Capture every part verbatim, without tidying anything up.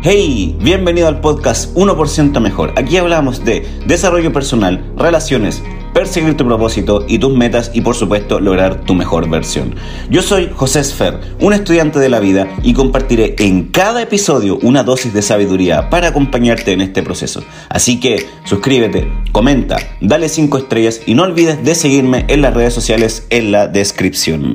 Hey, bienvenido al podcast uno por ciento Mejor. Aquí hablamos de desarrollo personal, relaciones, perseguir tu propósito y tus metas y por supuesto lograr tu mejor versión. Yo soy José Sfer, un estudiante de la vida y compartiré en cada episodio una dosis de sabiduría para acompañarte en este proceso. Así que suscríbete, comenta, dale cinco estrellas y no olvides de seguirme en las redes sociales en la descripción.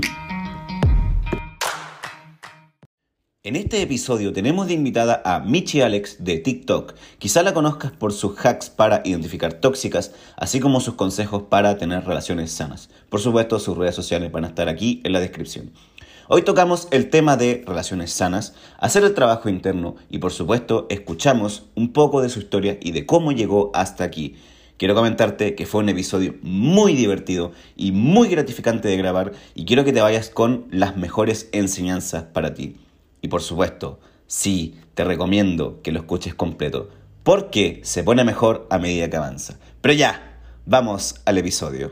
En este episodio tenemos de invitada a Michi Alex de TikTok. Quizá la conozcas por sus hacks para identificar tóxicas, así como sus consejos para tener relaciones sanas. Por supuesto, sus redes sociales van a estar aquí en la descripción. Hoy tocamos el tema de relaciones sanas, hacer el trabajo interno y por supuesto escuchamos un poco de su historia y de cómo llegó hasta aquí. Quiero comentarte que fue un episodio muy divertido y muy gratificante de grabar y quiero que te vayas con las mejores enseñanzas para ti. Y por supuesto, sí, te recomiendo que lo escuches completo, porque se pone mejor a medida que avanza. Pero ya, vamos al episodio.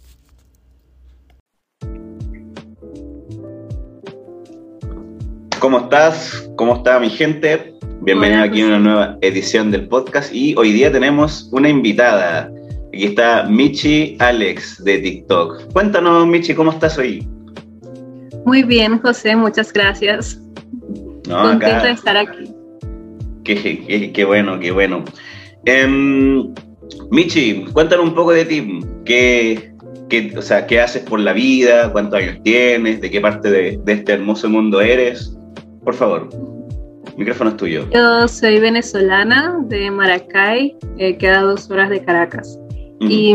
¿Cómo estás? ¿Cómo está mi gente? Bienvenido aquí a una nueva edición del podcast y hoy día tenemos una invitada. Aquí está Michi Alex de TikTok. Cuéntanos, Michi, ¿cómo estás hoy? Muy bien, José, muchas gracias. No, contenta acá. de estar aquí. Qué, qué, qué bueno, qué bueno. Eh, Michi, cuéntanos un poco de ti. ¿Qué, qué, o sea, ¿Qué haces por la vida? ¿Cuántos años tienes? ¿De qué parte de, de este hermoso mundo eres? Por favor, el micrófono es tuyo. Yo soy venezolana de Maracay, eh, queda dos horas de Caracas. Uh-huh. Y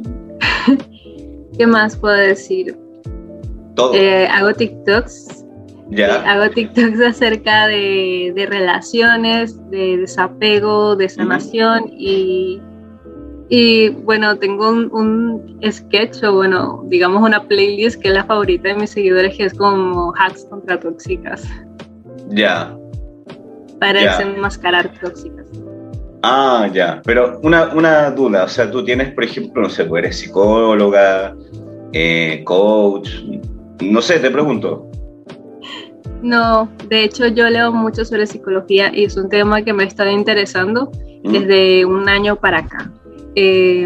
¿qué más puedo decir? Todo. Eh, hago TikToks. Ya. Eh, hago TikToks acerca de, de relaciones, de desapego, de sanación. Uh-huh. y, y bueno, tengo un, un sketch o bueno, digamos una playlist que es la favorita de mis seguidores, que es como hacks contra tóxicas. Ya. Para ya. desenmascarar tóxicas. Ah, ya. Pero una, una duda, o sea, tú tienes, por ejemplo, no sé, pues eres psicóloga, eh, coach, no sé, te pregunto. No, de hecho yo leo mucho sobre psicología y es un tema que me ha estado interesando ¿Mm? desde un año para acá. Eh,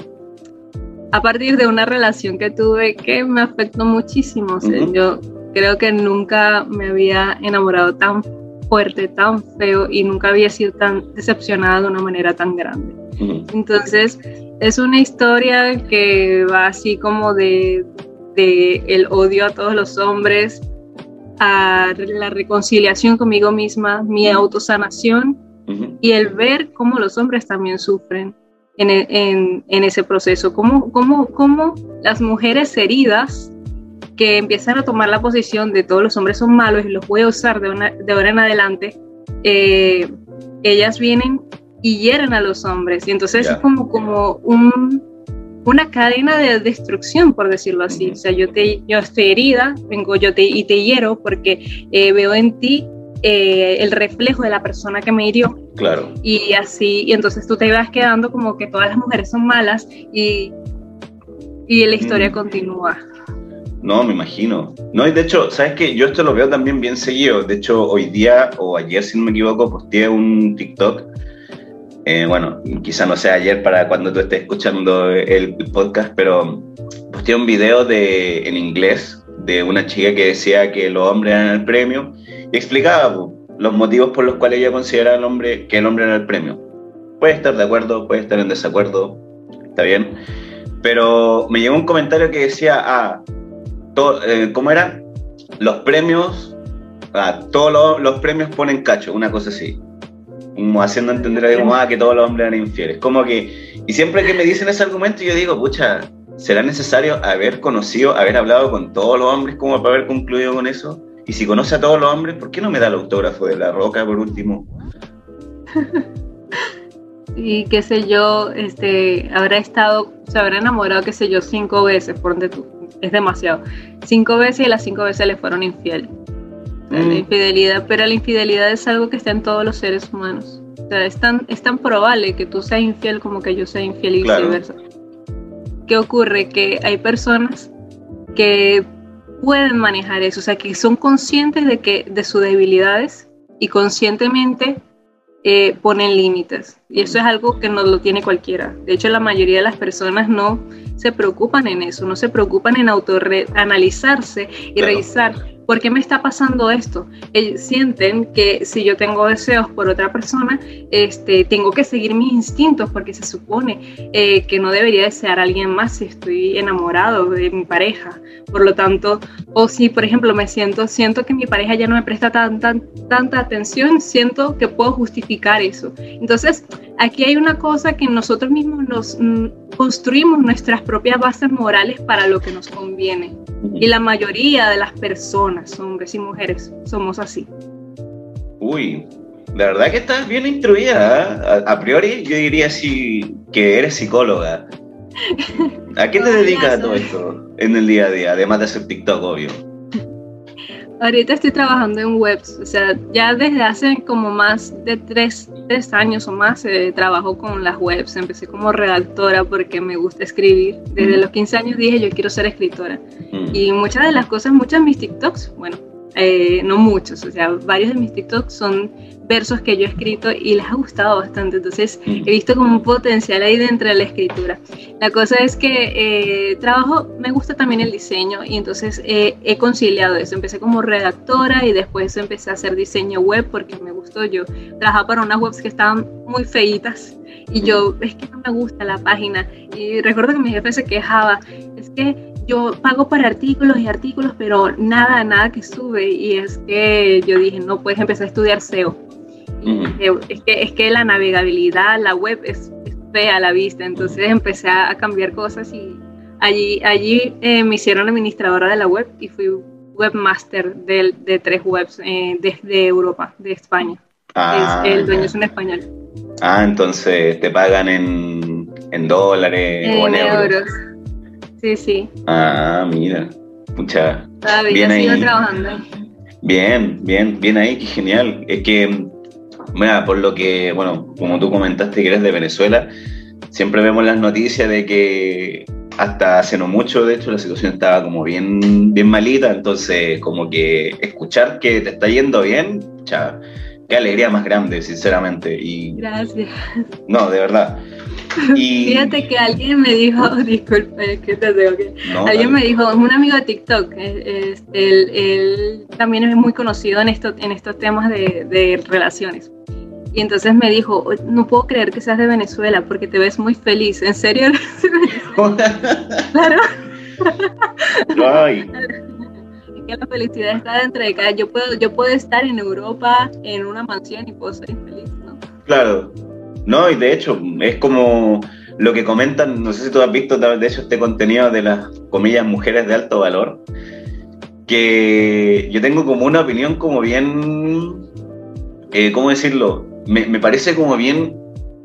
a partir de una relación que tuve que me afectó muchísimo. O sea, uh-huh. Yo creo que nunca me había enamorado tan fuerte, tan feo y nunca había sido tan decepcionada de una manera tan grande. Uh-huh. Entonces es una historia que va así como de, de el odio a todos los hombres, a la reconciliación conmigo misma, mi autosanación uh-huh. y el ver cómo los hombres también sufren en, en, en ese proceso, cómo, cómo, cómo las mujeres heridas que empiezan a tomar la posición de todos los hombres son malos y los voy a usar de, una, de ahora en adelante, eh, ellas vienen y hieren a los hombres y entonces yeah. es como, como un... una cadena de destrucción, por decirlo así. Uh-huh. O sea, yo, te, yo estoy herida, vengo yo te, y te hiero porque eh, veo en ti eh, el reflejo de la persona que me hirió. Claro. Y así, y entonces tú te vas quedando como que todas las mujeres son malas y, y la historia mm. continúa. No, me imagino. No, y de hecho, ¿sabes qué? Yo esto lo veo también bien seguido. De hecho, hoy día, o ayer, si no me equivoco, posteé un TikTok. Eh, bueno, quizá no sea ayer para cuando tú estés escuchando el podcast, pero posteé un video de, en inglés de una chica que decía que los hombres eran el premio y explicaba pues, los motivos por los cuales ella consideraba el hombre, que el hombre era el premio. Puede estar de acuerdo, puede estar en desacuerdo, está bien, pero me llegó un comentario que decía, ah, to, eh, ¿cómo era? Los premios, ah, todos los, los premios ponen cacho, una cosa así. Como haciendo entender a como, ah, que todos los hombres eran infieles. Como que, y siempre que me dicen ese argumento, yo digo, pucha, ¿será necesario haber conocido, haber hablado con todos los hombres como para haber concluido con eso? Y si conoce a todos los hombres, ¿por qué no me da el autógrafo de La Roca por último? Y qué sé yo, este, habrá estado, se habrá enamorado, qué sé yo, cinco veces, por donde tú, es demasiado. Cinco veces y las cinco veces le fueron infiel. La infidelidad, pero la infidelidad es algo que está en todos los seres humanos. O sea, es tan, es tan probable que tú seas infiel como que yo sea infiel y claro. viceversa. ¿Qué ocurre? Que hay personas que pueden manejar eso, o sea, que son conscientes de, que, de sus debilidades y conscientemente eh, ponen límites. Y eso es algo que no lo tiene cualquiera. De hecho, la mayoría de las personas no se preocupan en eso, no se preocupan en autorreanalizarse y claro. revisar. ¿Por qué me está pasando esto? Ellos sienten que si yo tengo deseos por otra persona, este, tengo que seguir mis instintos porque se supone eh, que no debería desear a alguien más si estoy enamorado de mi pareja. Por lo tanto, o si por ejemplo me siento, siento que mi pareja ya no me presta tan, tan, tanta atención, siento que puedo justificar eso. Entonces, aquí hay una cosa que nosotros mismos nos mm, construimos nuestras propias bases morales para lo que nos conviene. Y la mayoría de las personas, hombres y mujeres, somos así. Uy, la verdad que estás bien instruida, ¿eh? a, a priori yo diría sí, que eres psicóloga. ¿A qué te dedicas a todo esto en el día a día, además de hacer TikTok, obvio? Ahorita estoy trabajando en webs, o sea, ya desde hace como más de tres, tres años o más eh, trabajo con las webs. Empecé como redactora porque me gusta escribir. Desde mm. los quince años dije yo quiero ser escritora. Mm. Y muchas de las cosas, muchos de mis TikToks, bueno, eh, no muchos, o sea, varios de mis TikToks son versos que yo he escrito y les ha gustado bastante. Entonces mm. he visto como un potencial ahí dentro de la escritura. La cosa es que eh, trabajo, me gusta también el diseño y entonces eh, he conciliado eso. Empecé como redactora y después empecé a hacer diseño web porque me gustó. Yo trabajaba para unas webs que estaban muy feitas y yo, es que no me gusta la página. Y recuerdo que mi jefe se quejaba, es que yo pago para artículos y artículos, pero nada, nada que sube. Y es que yo dije, no, puedes empezar a estudiar S E O. Y uh-huh. es, que, es que la navegabilidad, la web es, es fea a la vista. Entonces empecé a, a cambiar cosas y allí, allí eh, me hicieron administradora de la web y fui webmaster de, de tres webs eh, desde Europa, de España. Ah, es, el dueño es un español. Ah, entonces te pagan en, en dólares en o en euros. euros. Sí, sí. Ah, mira. Mucha. Todavía bien sigo ahí. Trabajando. Bien, bien, bien ahí, qué genial. Es que, mira, por lo que, bueno, como tú comentaste que eres de Venezuela, siempre vemos las noticias de que hasta hace no mucho, de hecho, la situación estaba como bien, bien malita, entonces como que escuchar que te está yendo bien, cha, qué alegría más grande, sinceramente. Y, gracias. No, de verdad. Y... Fíjate que alguien me dijo, disculpe, que te digo que no, alguien dale. me dijo, es un amigo de TikTok, es, él, él también es muy conocido en, esto, en estos temas de, de relaciones. Y entonces me dijo, no puedo creer que seas de Venezuela porque te ves muy feliz. ¿En serio? Claro. Ay. Es que la felicidad está dentro de cada. Yo puedo, yo puedo estar en Europa en una mansión y puedo ser infeliz, ¿no? Claro. No, y de hecho, es como lo que comentan, no sé si tú has visto de hecho este contenido de las, comillas, mujeres de alto valor, que yo tengo como una opinión como bien, eh, ¿cómo decirlo? Me, me parece como bien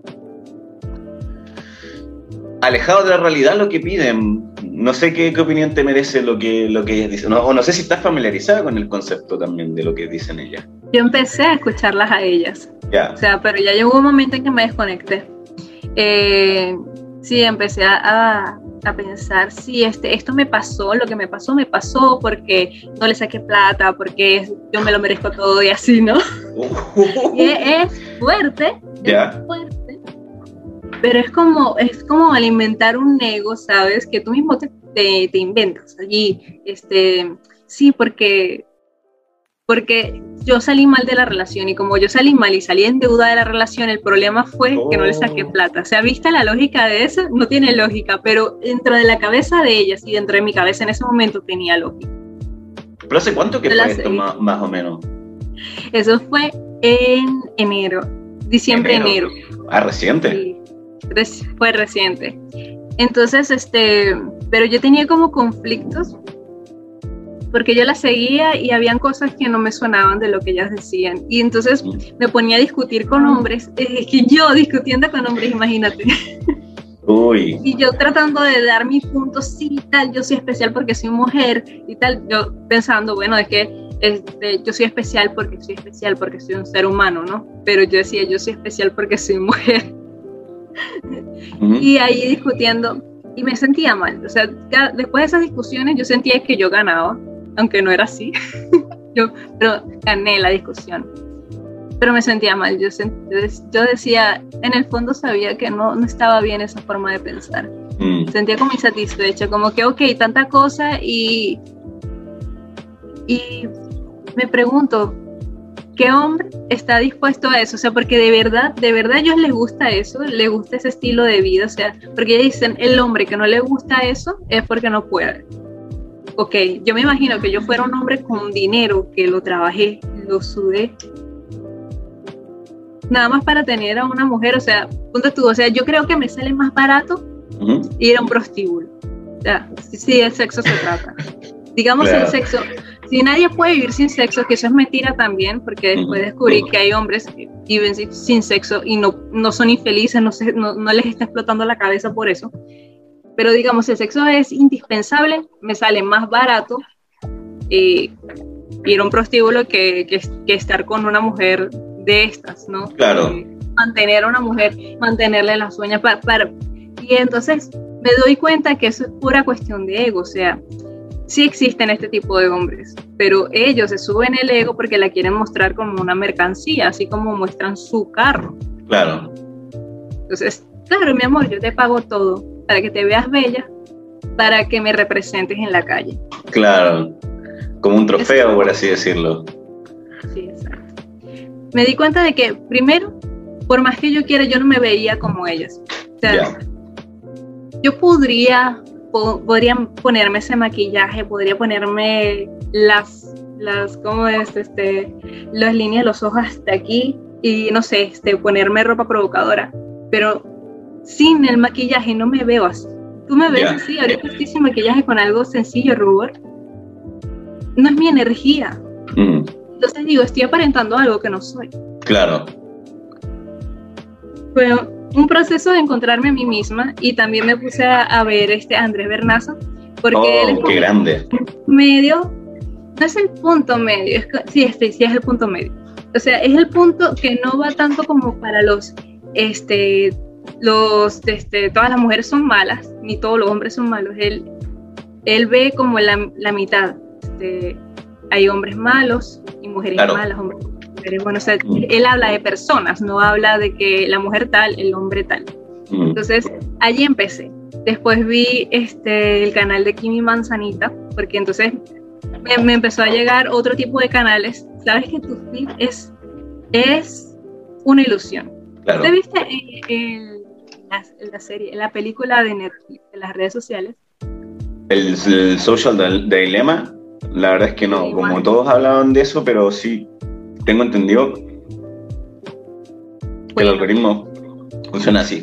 alejado de la realidad lo que piden. No sé qué, qué opinión te merece lo que, lo que ellas dicen, no, o no sé si estás familiarizada con el concepto también de lo que dicen ellas. Yo empecé a escucharlas a ellas, yeah. o sea, pero ya llegó un momento en que me desconecté. Eh, sí, empecé a, a pensar, sí, este, esto me pasó, lo que me pasó, me pasó porque no le saqué plata, porque yo me lo merezco todo y así, ¿no? Uh. Y es fuerte, yeah. es fuerte, pero es como, es como alimentar un ego, ¿sabes? Que tú mismo te, te, te inventas allí, este, sí, porque... porque yo salí mal de la relación y como yo salí mal y salí en deuda de la relación, el problema fue oh. que no le saqué plata. O sea, ¿viste la lógica de eso? No tiene lógica, pero dentro de la cabeza de ellas y dentro de mi cabeza en ese momento tenía lógica. ¿Pero hace cuánto que fue esto más, más o menos? Eso fue en enero, diciembre, enero. enero. Ah, reciente. Sí, fue reciente. Entonces, este, pero yo tenía como conflictos porque yo las seguía y habían cosas que no me sonaban de lo que ellas decían. Y entonces me ponía a discutir con hombres. Es que yo discutiendo con hombres, imagínate. Uy. Y yo tratando de dar mi punto, sí, tal, yo soy especial porque soy mujer y tal. Yo pensando, bueno, es que este, yo soy especial porque soy especial porque soy un ser humano, ¿no? Pero yo decía, yo soy especial porque soy mujer. Uh-huh. Y ahí discutiendo, y me sentía mal. O sea, ya, después de esas discusiones yo sentía que yo ganaba, aunque no era así, yo, pero gané la discusión. pero me sentía mal. Yo, sent, yo decía, en el fondo sabía que no, no estaba bien esa forma de pensar. Mm. Sentía como insatisfecha, como que, ok, tanta cosa y, y me pregunto, ¿qué hombre está dispuesto a eso? O sea, porque de verdad, de verdad a ellos les gusta eso, les gusta ese estilo de vida, o sea, porque dicen, el hombre que no le gusta eso es porque no puede. Ok, yo me imagino que yo fuera un hombre con dinero, que lo trabajé, lo sudé, nada más para tener a una mujer, o sea, punto tú, o sea, yo creo que me sale más barato uh-huh. ir a un prostíbulo. O sea, si, si el sexo se trata. Digamos claro. el sexo, si nadie puede vivir sin sexo, que eso es mentira también, porque después descubrí que hay hombres que viven sin, sin sexo y no, no son infelices, no, se, no, no les está explotando la cabeza por eso. Pero digamos, el sexo es indispensable, me sale más barato eh, ir a un prostíbulo que, que, que estar con una mujer de estas, ¿no? Claro. Eh, mantener a una mujer, mantenerle las uñas para, para... Y entonces me doy cuenta que eso es pura cuestión de ego, o sea, sí existen este tipo de hombres, pero ellos se suben el ego porque la quieren mostrar como una mercancía, así como muestran su carro. Claro. Entonces, claro, mi amor, yo te pago todo para que te veas bella, para que me representes en la calle. Claro, como un trofeo, por así decirlo. Sí, exacto. Me di cuenta de que, primero, por más que yo quiera, yo no me veía como ellas. O sea, yeah. yo podría... podría ponerme ese maquillaje, podría ponerme las, las ¿cómo es? Este, las líneas de los ojos hasta aquí y no sé, este, ponerme ropa provocadora, pero sin el maquillaje no me veo así. Tú me ves yeah. así, ahorita estoy sin maquillaje con algo sencillo, rubor. No es mi energía. Mm. Entonces digo, estoy aparentando algo que no soy. Claro. Bueno, un proceso de encontrarme a mí misma y también me puse a, a ver este Andrés Bernazo porque oh, él es qué grande medio, no es el punto medio, es, sí, este, sí es el punto medio, o sea, es el punto que no va tanto como para los este, los, este, todas las mujeres son malas, ni todos los hombres son malos, él, él ve como la, la mitad, este, hay hombres malos y mujeres claro. malas, hombres bueno, o sea, mm. él habla de personas, no habla de que la mujer tal, el hombre tal. Mm. Entonces, allí empecé. Después vi este, el canal de Kimi Manzanita, porque entonces me, me empezó a llegar otro tipo de canales. Sabes que tu feed es, es una ilusión. Claro. ¿Te viste en, en, la, en la serie, en la película de Netflix, en las redes sociales? El, el Social Dilemma, la verdad es que no, sí, como bueno. Todos hablaban de eso, pero sí. Tengo entendido que el algoritmo funciona así.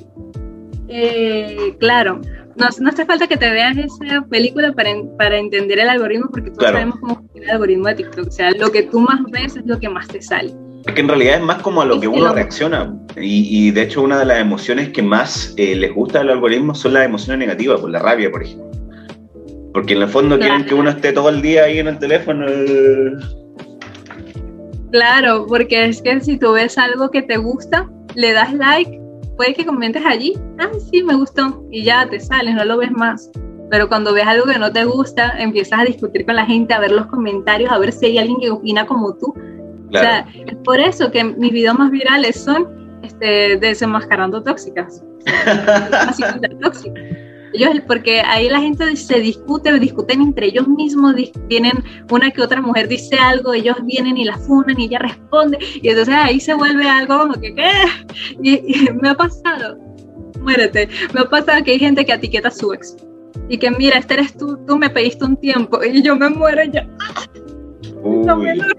Eh, claro, no, no hace falta que te veas esa película para, para entender el algoritmo, porque todos claro. sabemos cómo funciona el algoritmo de TikTok. O sea, lo que tú más ves es lo que más te sale. Es que en realidad es más como a lo que uno reacciona. Y, y de hecho, una de las emociones que más eh, les gusta al algoritmo son las emociones negativas, por la rabia, por ejemplo. Porque en el fondo claro. quieren que uno esté todo el día ahí en el teléfono. Eh... Claro, porque es que si tú ves algo que te gusta, le das like, puede que comentes allí, ah, sí, me gustó, y ya te sales, no lo ves más. Pero cuando ves algo que no te gusta, empiezas a discutir con la gente, a ver los comentarios, a ver si hay alguien que opina como tú. Claro. O sea, es por eso que mis videos más virales son este, desenmascarando tóxicas. Así que tóxicas. Ellos, porque ahí la gente se discute, discuten entre ellos mismos, tienen una que otra mujer dice algo, ellos vienen y la funan y ella responde, y entonces ahí se vuelve algo como que, ¿qué? Y, y me ha pasado, muérete, me ha pasado que hay gente que etiqueta a su ex, y que mira, este eres tú, tú me pediste un tiempo, y yo me muero y yo, no me lo...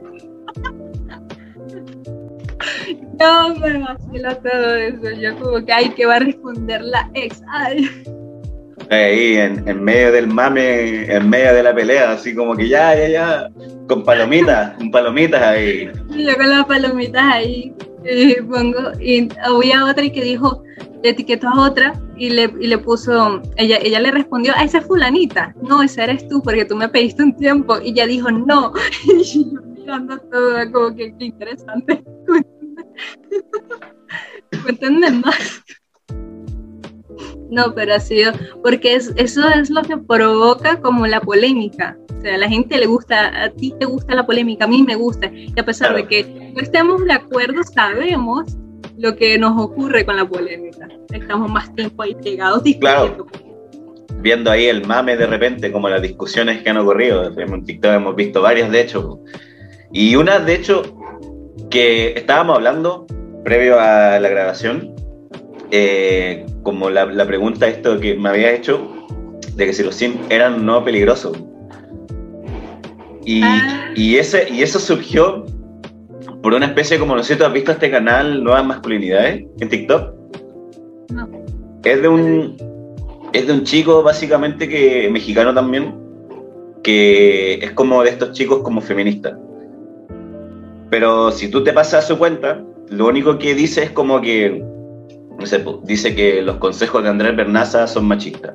no me vacila todo eso, yo como que, ay, ¿qué va a responder la ex? Ay... Ahí en, en medio del mame, en medio de la pelea, así como que ya, ya, ya, con palomitas, con palomitas ahí. Y yo con las palomitas ahí, y pongo, y había otra y que dijo, le etiquetó a otra y le, y le puso, ella, ella le respondió, ah, esa es fulanita, no, esa eres tú porque tú me pediste un tiempo, y ella dijo, no, y yo mirando todo, como que qué interesante, cuéntenme más. No, pero ha sido, porque es, eso es lo que provoca como la polémica, O sea, a la gente le gusta, a ti te gusta la polémica, a mí me gusta. Y a pesar claro. de que no estemos de acuerdo, sabemos lo que nos ocurre con la polémica. Estamos más tiempo ahí pegados discutiendo. Claro. Viendo ahí el mame de repente, como las discusiones que han ocurrido. En TikTok hemos visto varias, de hecho. Y una, de hecho, que estábamos hablando previo a la grabación, eh, como la, la pregunta esto que me había hecho, de que si los Sims eran no peligrosos. Y, ah. y, ese, y eso surgió por una especie, como no sé, ¿tú has visto este canal Nuevas Masculinidades en TikTok? No. Es de un, es de un chico básicamente que mexicano también, que es como de estos chicos como feministas. Pero si tú te pasas a su cuenta, lo único que dice es como que, no sé, dice que los consejos de Andrés Bernaza son machistas.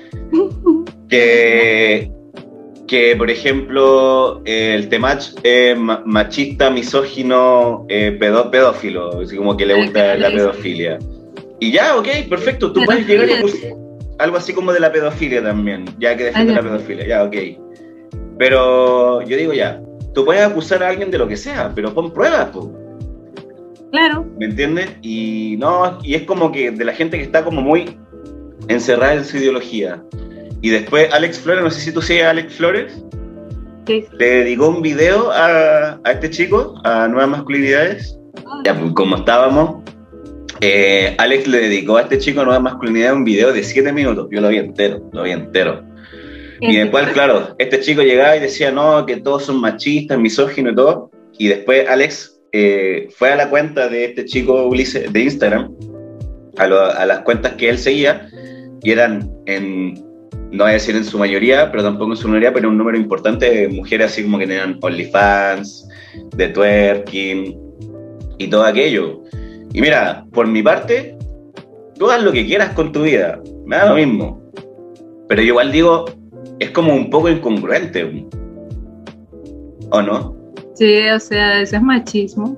que... que, por ejemplo, eh, el temach es machista, misógino, eh, pedo, pedófilo, así como que le gusta la pedofilia. Y ya, ok, perfecto, tú puedes llegar a acusar algo así como de la pedofilia también, ya que defiende la pedofilia, ya, ok. Pero yo digo ya, tú puedes acusar a alguien de lo que sea, pero pon pruebas, pues. Claro. ¿Me entiendes? Y no, y es como que de la gente que está como muy encerrada en su ideología. Y después Alex Flores, no sé si tú sigues a Alex Flores, sí. Le dedicó un video a, a este chico, a Nuevas Masculinidades. Oh, ya, pues, como estábamos, eh, Alex le dedicó a este chico a Nuevas Masculinidades un video de siete minutos. Yo lo vi entero, lo vi entero. Y después, claro, este chico llegaba y decía, no, que todos son machistas, misóginos y todo. Y después Alex eh, fue a la cuenta de este chico Ulises de Instagram, a, lo, a las cuentas que él seguía, y eran en... no voy a decir en su mayoría, pero tampoco en su mayoría, pero un número importante de mujeres así como que tenían OnlyFans, de twerking y todo aquello. Y mira, por mi parte, tú haz lo que quieras con tu vida, me da lo mismo. Pero yo igual digo, es como un poco incongruente, ¿o no? Sí, o sea, eso es machismo.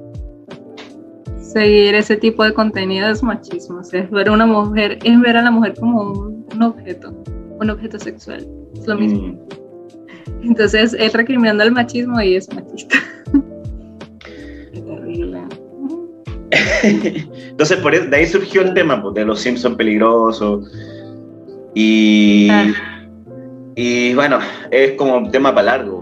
Seguir ese tipo de contenido es machismo. O sea, es ver a una mujer, es ver a la mujer como un, un objeto, un objeto sexual. Es lo mismo. Mm. Entonces, es recriminando el machismo y es machista. Qué terrible. Entonces, por eso, de ahí surgió el tema, pues, de los Simpsons peligrosos. Y, ah. y bueno, es como un tema para largo.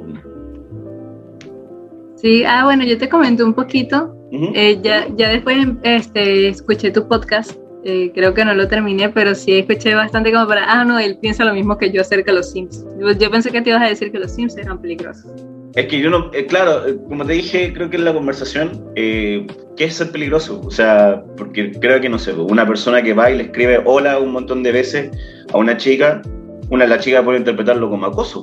Sí, ah, bueno, yo te comenté un poquito. Uh-huh. eh, ya, ya después este, escuché tu podcast, eh, creo que no lo terminé, pero sí escuché bastante como para, ah, no, él piensa lo mismo que yo acerca de los Sims. Yo, yo pensé que te ibas a decir que los Sims eran peligrosos. Es que yo no, eh, claro, como te dije, creo que en la conversación, eh, ¿qué es ser peligroso? O sea, porque creo que, no sé, una persona que va y le escribe hola un montón de veces a una chica, una la chica puede interpretarlo como acoso.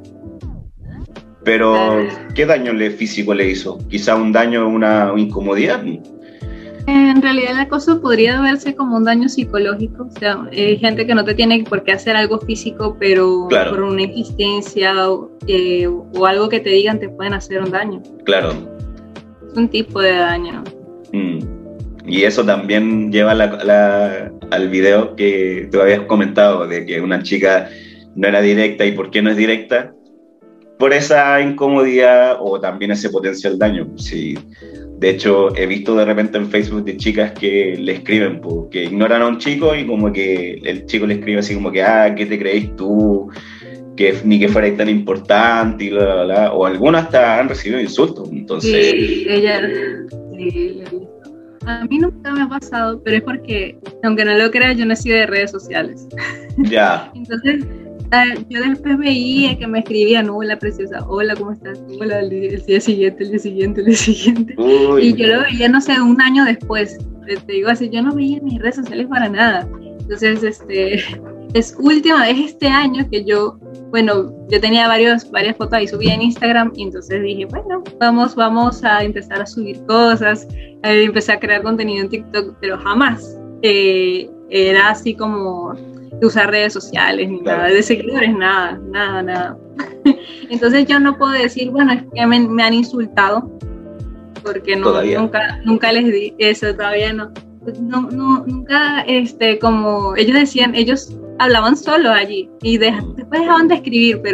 Pero, claro. ¿Qué daño le, físico le hizo? ¿Quizá un daño, una incomodidad? En realidad el acoso podría verse como un daño psicológico. O sea, hay gente que no te tiene por qué hacer algo físico, pero claro. por una existencia eh, o algo que te digan te pueden hacer un daño. Claro. Es un tipo de daño. Mm. Y eso también lleva la, la, al video que tú habías comentado, de que una chica no era directa. ¿Y por qué no es directa? Por esa incomodidad o también ese potencial daño. Sí. De hecho, he visto de repente en Facebook de chicas que le escriben, pues, que ignoran a un chico y como que el chico le escribe así como que, ah, ¿qué te creéis tú? Que ni que fuerais tan importante y bla, bla, bla. O algunas hasta han recibido insultos. Entonces... Sí, ella... Sí, a mí nunca me ha pasado, pero es porque, aunque no lo creas, yo no he sido de redes sociales. Ya. Entonces... yo después veía que me escribían, hola preciosa, hola, ¿cómo estás? Hola, el día, el día siguiente, el día siguiente, el día siguiente. Uy. Y yo lo veía, no sé, un año después. Te digo así, yo no veía mis redes sociales para nada. Entonces, este, es última vez este año que yo, bueno, yo tenía varios, varias fotos ahí subidas en Instagram y entonces dije, bueno, vamos, vamos a empezar a subir cosas, eh, empecé a crear contenido en TikTok, pero jamás eh, era así como... de usar redes sociales, ni claro. nada, de seguidores, nada, nada, nada. Entonces yo no puedo decir, bueno, es que me, me han insultado, porque no, nunca, nunca les di eso, todavía no. No, no, nunca, este, como ellos decían, ellos hablaban solo allí, y de, después dejaban de escribir, pero por,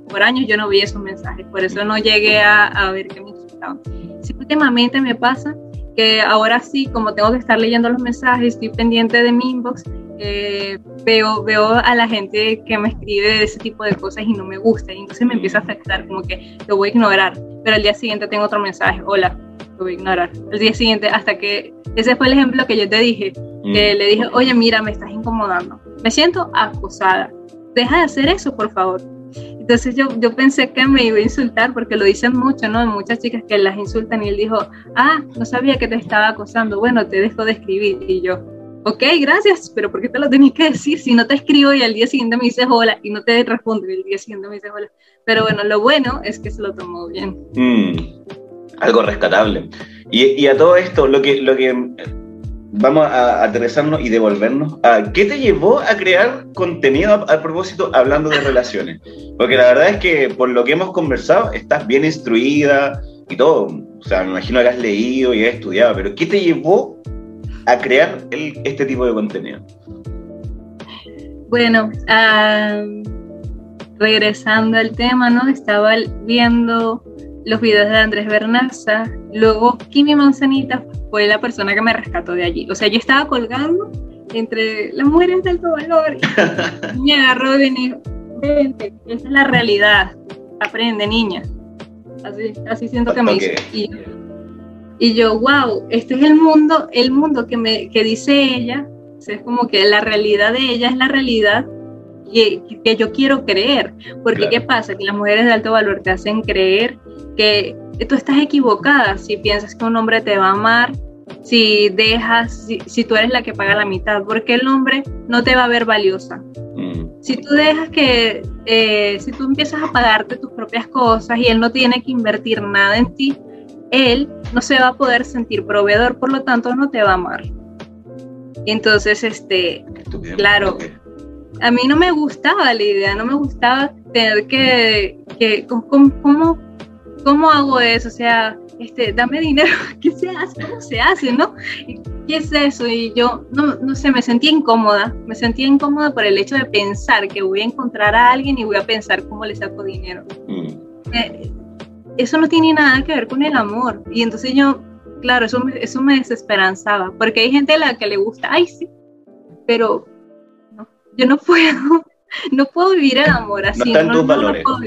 por años yo no vi esos mensajes, por eso no llegué a, a ver que me insultaban. Sí, últimamente me pasa que ahora sí, como tengo que estar leyendo los mensajes, estoy pendiente de mi inbox, eh, veo, veo a la gente que me escribe ese tipo de cosas y no me gusta, y entonces me empieza a afectar, como que lo voy a ignorar, pero al día siguiente tengo otro mensaje, hola, lo voy a ignorar. Al día siguiente, hasta que, ese fue el ejemplo que yo te dije, que le dije, oye, mira, me estás incomodando, me siento acosada, deja de hacer eso, por favor. Entonces yo, yo pensé que me iba a insultar, porque lo dicen mucho, ¿no? Muchas chicas que las insultan, y él dijo, ah, no sabía que te estaba acosando, bueno, te dejo de escribir. Y yo, ok, gracias, pero ¿por qué te lo tenías que decir? Si no te escribo y al día siguiente me dices hola y no te respondo y al día siguiente me dices hola. Pero bueno, lo bueno es que se lo tomó bien. Mm, algo rescatable. Y, y a todo esto, lo que, lo que vamos a aterrizarnos y devolvernos a ¿qué te llevó a crear contenido a, a propósito hablando de relaciones? Porque la verdad es que por lo que hemos conversado estás bien instruida y todo, o sea, me imagino que has leído y has estudiado, pero ¿qué te llevó a crear el, este tipo de contenido? Bueno, uh, regresando al tema, ¿no? Estaba viendo los videos de Andrés Bernaza, luego Kimi Manzanita fue la persona que me rescató de allí. O sea, yo estaba colgando entre las mujeres de alto valor y me agarró y me dijo, vente, esa es la realidad, aprende, niña. Así, así siento que me okay. hizo. Y yo, y yo, wow, este es el mundo, el mundo que, me, que dice ella, o sea, es como que la realidad de ella es la realidad que, que yo quiero creer. Porque claro. ¿Qué pasa? Que las mujeres de alto valor te hacen creer que tú estás equivocada si piensas que un hombre te va a amar, si dejas, si, si tú eres la que paga la mitad, porque el hombre no te va a ver valiosa. Mm. Si tú dejas que, eh, si tú empiezas a pagarte tus propias cosas y él no tiene que invertir nada en ti, él no se va a poder sentir proveedor, por lo tanto no te va a amar. Entonces, este, claro, a mí no me gustaba la idea, no me gustaba tener que, que ¿cómo, cómo, cómo hago eso? O sea, este, dame dinero, ¿qué se hace? ¿Cómo se hace, no? ¿Qué es eso? Y yo, no, no sé, me sentía incómoda, me sentía incómoda por el hecho de pensar que voy a encontrar a alguien y voy a pensar cómo le saco dinero. Mm. Eh, eso no tiene nada que ver con el amor. Y entonces yo, claro, eso me, eso me desesperanzaba, porque hay gente a la que le gusta, ay sí, pero no, yo no puedo, no puedo vivir el amor así. No están tus no, valores. No,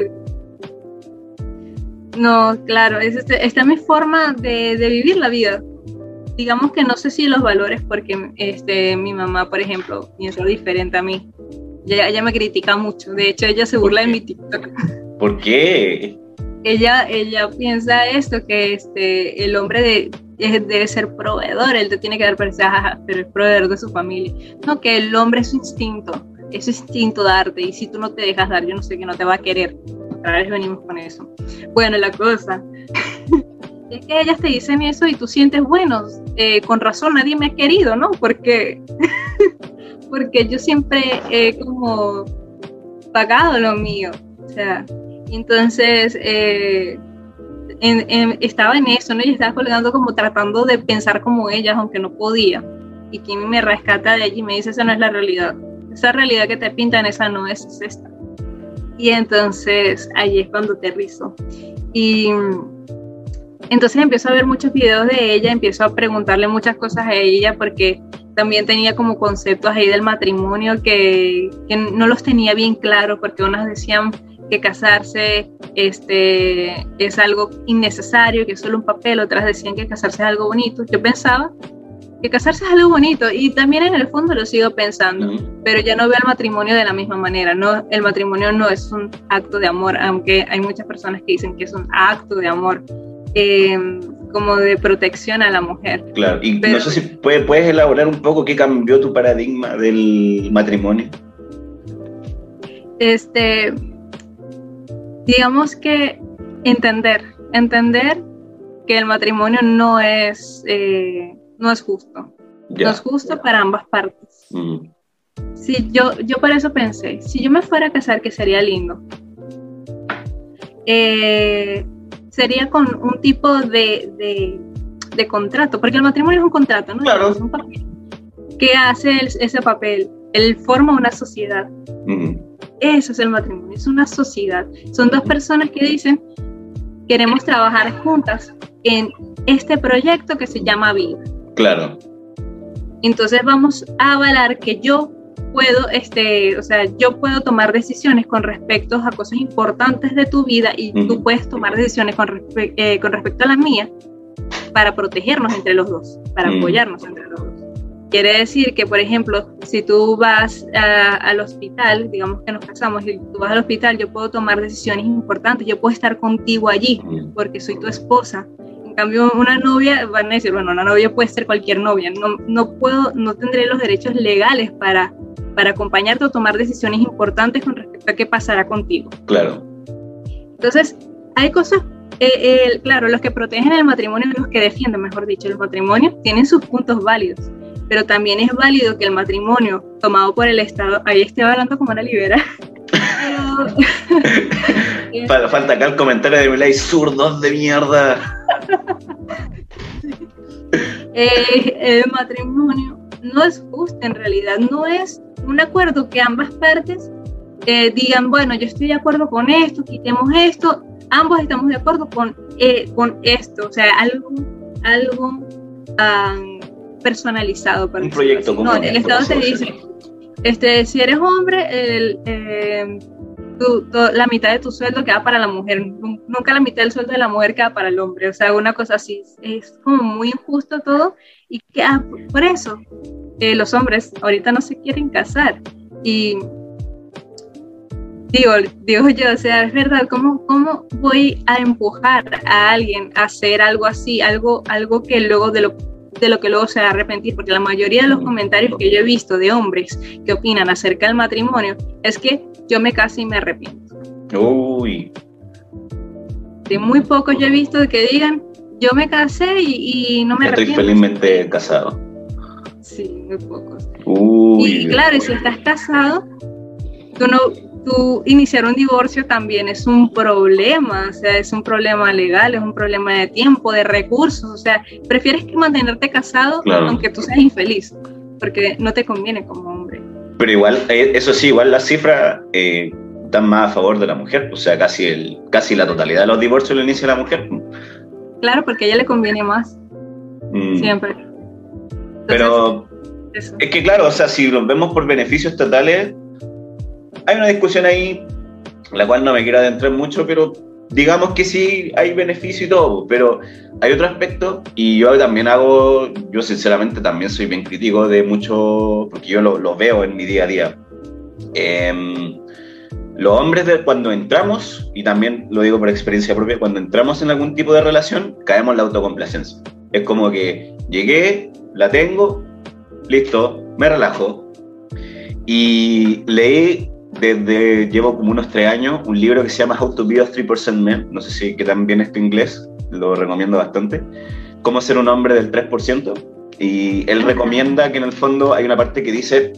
no, claro, es, este, esta es mi forma de, de vivir la vida. Digamos que no sé si los valores, porque este, mi mamá, por ejemplo, piensa diferente a mí. Ella, ella me critica mucho, de hecho ella se burla de mi TikTok. ¿Por qué? Ella, ella piensa esto, que este, el hombre de, debe ser proveedor, él te tiene que dar presas, pero es proveedor de su familia. No, que el hombre es su instinto, es su instinto darte, y si tú no te dejas dar, yo no sé que no te va a querer. Otra vez venimos con eso. Bueno, la cosa es que ellas te dicen eso y tú sientes, bueno, eh, con razón nadie me ha querido, ¿no? Porque, porque yo siempre he como pagado lo mío, o sea. Entonces, eh, en, en, estaba en eso, ¿no? Y estaba colgando como tratando de pensar como ellas, aunque no podía. Y Kimi me rescata de allí y me dice, esa no es la realidad. Esa realidad que te pintan, esa no es, es esta. Y entonces, ahí es cuando aterrizo. Y entonces empiezo a ver muchos videos de ella, empiezo a preguntarle muchas cosas a ella, porque también tenía como conceptos ahí del matrimonio que, que no los tenía bien claros, porque unas decían que casarse este, es algo innecesario, que es solo un papel, otras decían que casarse es algo bonito. Yo pensaba que casarse es algo bonito y también en el fondo lo sigo pensando, uh-huh. Pero ya no veo el matrimonio de la misma manera. No, el matrimonio no es un acto de amor, aunque hay muchas personas que dicen que es un acto de amor, eh, como de protección a la mujer. Claro, y pero, no sé si puedes, puedes elaborar un poco qué cambió tu paradigma del matrimonio. Este... Digamos que entender, entender que el matrimonio no es, eh, no es justo, yeah. No es justo para ambas partes. Mm. Sí, yo, yo por eso pensé, si yo me fuera a casar, que sería lindo, eh, sería con un tipo de, de, de contrato, porque el matrimonio es un contrato, ¿no? Claro. Es un papel. ¿Qué hace el, ese papel? Él forma una sociedad. Mm. eso es el matrimonio, es una sociedad. Son dos personas que dicen, queremos trabajar juntas en este proyecto que se llama vida. Claro. Entonces vamos a avalar que yo puedo, este, o sea, yo puedo tomar decisiones con respecto a cosas importantes de tu vida y uh-huh. tú puedes tomar decisiones con, respe- eh, con respecto a la mía para protegernos entre los dos, para uh-huh. apoyarnos entre los dos. Quiere decir que, por ejemplo, si tú vas a, al hospital, digamos que nos casamos y tú vas al hospital, yo puedo tomar decisiones importantes, yo puedo estar contigo allí porque soy tu esposa. En cambio, una novia, van a decir, bueno, una novia puede ser cualquier novia, no, no puedo, no tendré los derechos legales para, para acompañarte o tomar decisiones importantes con respecto a qué pasará contigo. Claro. Entonces, hay cosas, eh, eh, claro, los que protegen el matrimonio, los que defienden, mejor dicho, el matrimonio, tienen sus puntos válidos, pero también es válido que el matrimonio tomado por el Estado, ahí estoy hablando como una liberal, pero... Falta acá el comentario de Milay, zurdos de mierda. eh, el matrimonio no es justo en realidad, no es un acuerdo que ambas partes eh, digan, bueno, yo estoy de acuerdo con esto, quitemos esto, ambos estamos de acuerdo con, eh, con esto, o sea, algo, algo um, personalizado. Para un proyecto común. No, el Estado te dice, este, si eres hombre, el, eh, tu, tu, la mitad de tu sueldo queda para la mujer, nunca la mitad del sueldo de la mujer queda para el hombre, o sea, una cosa así, es como muy injusto todo, y que ah, por eso eh, los hombres ahorita no se quieren casar, y digo, digo yo, o sea, es verdad, ¿cómo, cómo voy a empujar a alguien a hacer algo así, algo, algo que luego de lo de lo que luego se va a arrepentir? Porque la mayoría de los comentarios que yo he visto de hombres que opinan acerca del matrimonio es que yo me casé y me arrepiento. Uy. De muy pocos yo he visto de que digan, yo me casé y, y no me Estoy arrepiento. Estoy felizmente casado. Sí, muy pocos. Uy, y claro, y si estás casado, tú no... Tú iniciar un divorcio también es un problema, o sea, es un problema legal, es un problema de tiempo, de recursos, o sea, prefieres que mantenerte casado, claro, aunque tú seas infeliz, porque no te conviene como hombre. Pero igual, eso sí, igual las cifras eh, están más a favor de la mujer, o sea, casi, el, casi la totalidad de los divorcios lo inicia la mujer. Claro, porque a ella le conviene más, mm. siempre. Entonces, pero eso. Es que claro, o sea, si los vemos por beneficios estatales, hay una discusión ahí, la cual no me quiero adentrar mucho, pero digamos que sí hay beneficio y todo, pero hay otro aspecto, y yo también hago, yo sinceramente también soy bien crítico de mucho, porque yo lo, lo veo en mi día a día. Eh, los hombres de, cuando entramos, y también lo digo por experiencia propia, cuando entramos en algún tipo de relación, caemos en la autocomplacencia. Es como que llegué, la tengo, listo, me relajo, y leí desde, llevo como unos tres años, un libro que se llama How to Be a three percent Man, no sé si que también es tu inglés, lo recomiendo bastante, cómo ser un hombre del tres por ciento, y él recomienda que en el fondo hay una parte que dice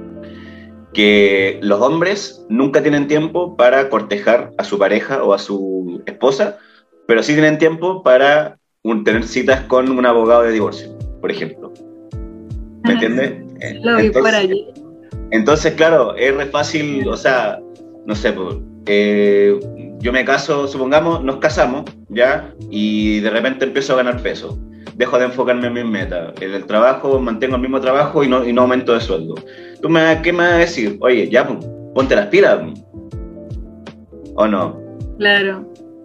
que los hombres nunca tienen tiempo para cortejar a su pareja o a su esposa, pero sí tienen tiempo para un, tener citas con un abogado de divorcio, por ejemplo. ¿Me entiendes? Lo vi por allí. Entonces, claro, es re fácil, o sea, no sé, pues, eh, yo me caso, supongamos, nos casamos, ¿ya? Y de repente empiezo a ganar peso. Dejo de enfocarme en mis metas. En el trabajo, mantengo el mismo trabajo y no, y no aumento de sueldo. ¿Tú me, qué me vas a decir? Oye, ya, pues, ponte las pilas. ¿O no? Claro.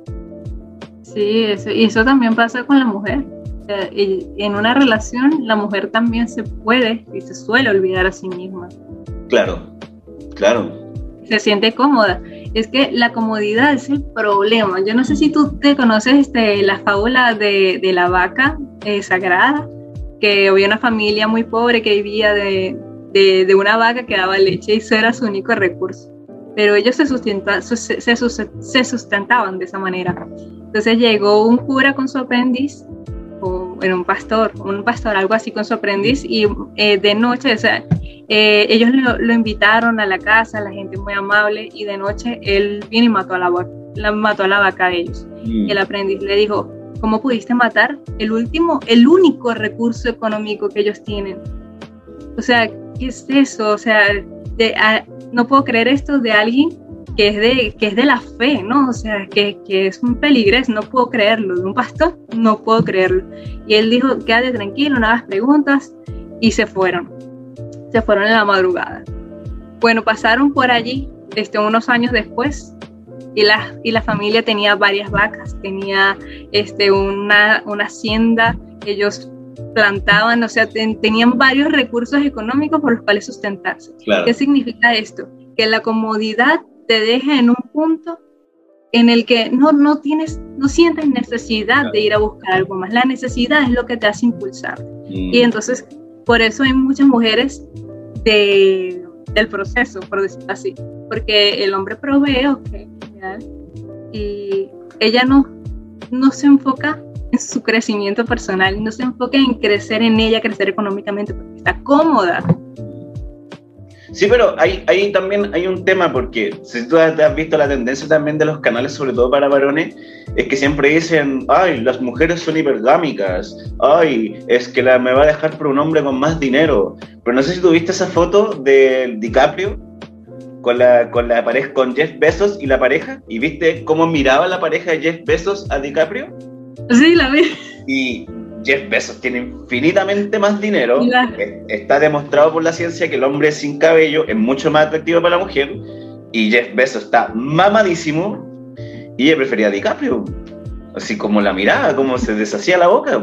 Sí, eso, y eso también pasa con la mujer. O sea, en una relación, la mujer también se puede y se suele olvidar a sí misma. Claro, claro. Se siente cómoda. Es que la comodidad es el problema. Yo no sé si tú te conoces este, la fábula de, de la vaca eh, sagrada, que había una familia muy pobre que vivía de, de, de una vaca que daba leche y eso era su único recurso. Pero ellos se, sustenta, se, se, se sustentaban de esa manera. Entonces llegó un cura con su aprendiz, o era un pastor, un pastor, algo así con su aprendiz, y eh, de noche, o sea, eh, ellos lo, lo invitaron a la casa, la gente muy amable, y de noche él vino y mató a la, la, mató a la vaca de ellos. Mm. Y el aprendiz le dijo, ¿cómo pudiste matar el último, el único recurso económico que ellos tienen? O sea, ¿qué es eso? O sea, de, a, no puedo creer esto de alguien que es de, que es de la fe, ¿no? O sea, que, que es un peligrés, no puedo creerlo. De un pastor, no puedo creerlo. Y él dijo, quédate tranquilo, no hagas preguntas, y se fueron. Se fueron en la madrugada. Bueno, pasaron por allí este, unos años después, y la, y la familia tenía varias vacas, tenía este, una, una hacienda, ellos plantaban, o sea, ten, tenían varios recursos económicos por los cuales sustentarse. Claro. ¿Qué significa esto? Que la comodidad te deja en un punto en el que no, no tienes, no sientes necesidad claro. de ir a buscar algo más. La necesidad es lo que te hace impulsar. Mm. Y entonces, por eso hay muchas mujeres de, del proceso, por decirlo así. Porque el hombre provee, ok, ¿verdad? Y ella no, no se enfoca en su crecimiento personal, no se enfoca en crecer en ella, crecer económicamente, porque está cómoda. Sí, pero ahí, ahí también hay un tema, porque si tú has visto la tendencia también de los canales, sobre todo para varones, es que siempre dicen, ay, las mujeres son hipergámicas, ay, es que la, me va a dejar por un hombre con más dinero. Pero no sé si tuviste esa foto de DiCaprio con la, con la pareja, con Jeff Bezos y la pareja, y viste cómo miraba la pareja de Jeff Bezos a DiCaprio. Sí, la vi. Y Jeff Bezos tiene infinitamente más dinero. Claro. Está demostrado por la ciencia que el hombre sin cabello es mucho más atractivo para la mujer. Y Jeff Bezos está mamadísimo. Y ella prefería a DiCaprio. Así como la miraba, como se deshacía la boca.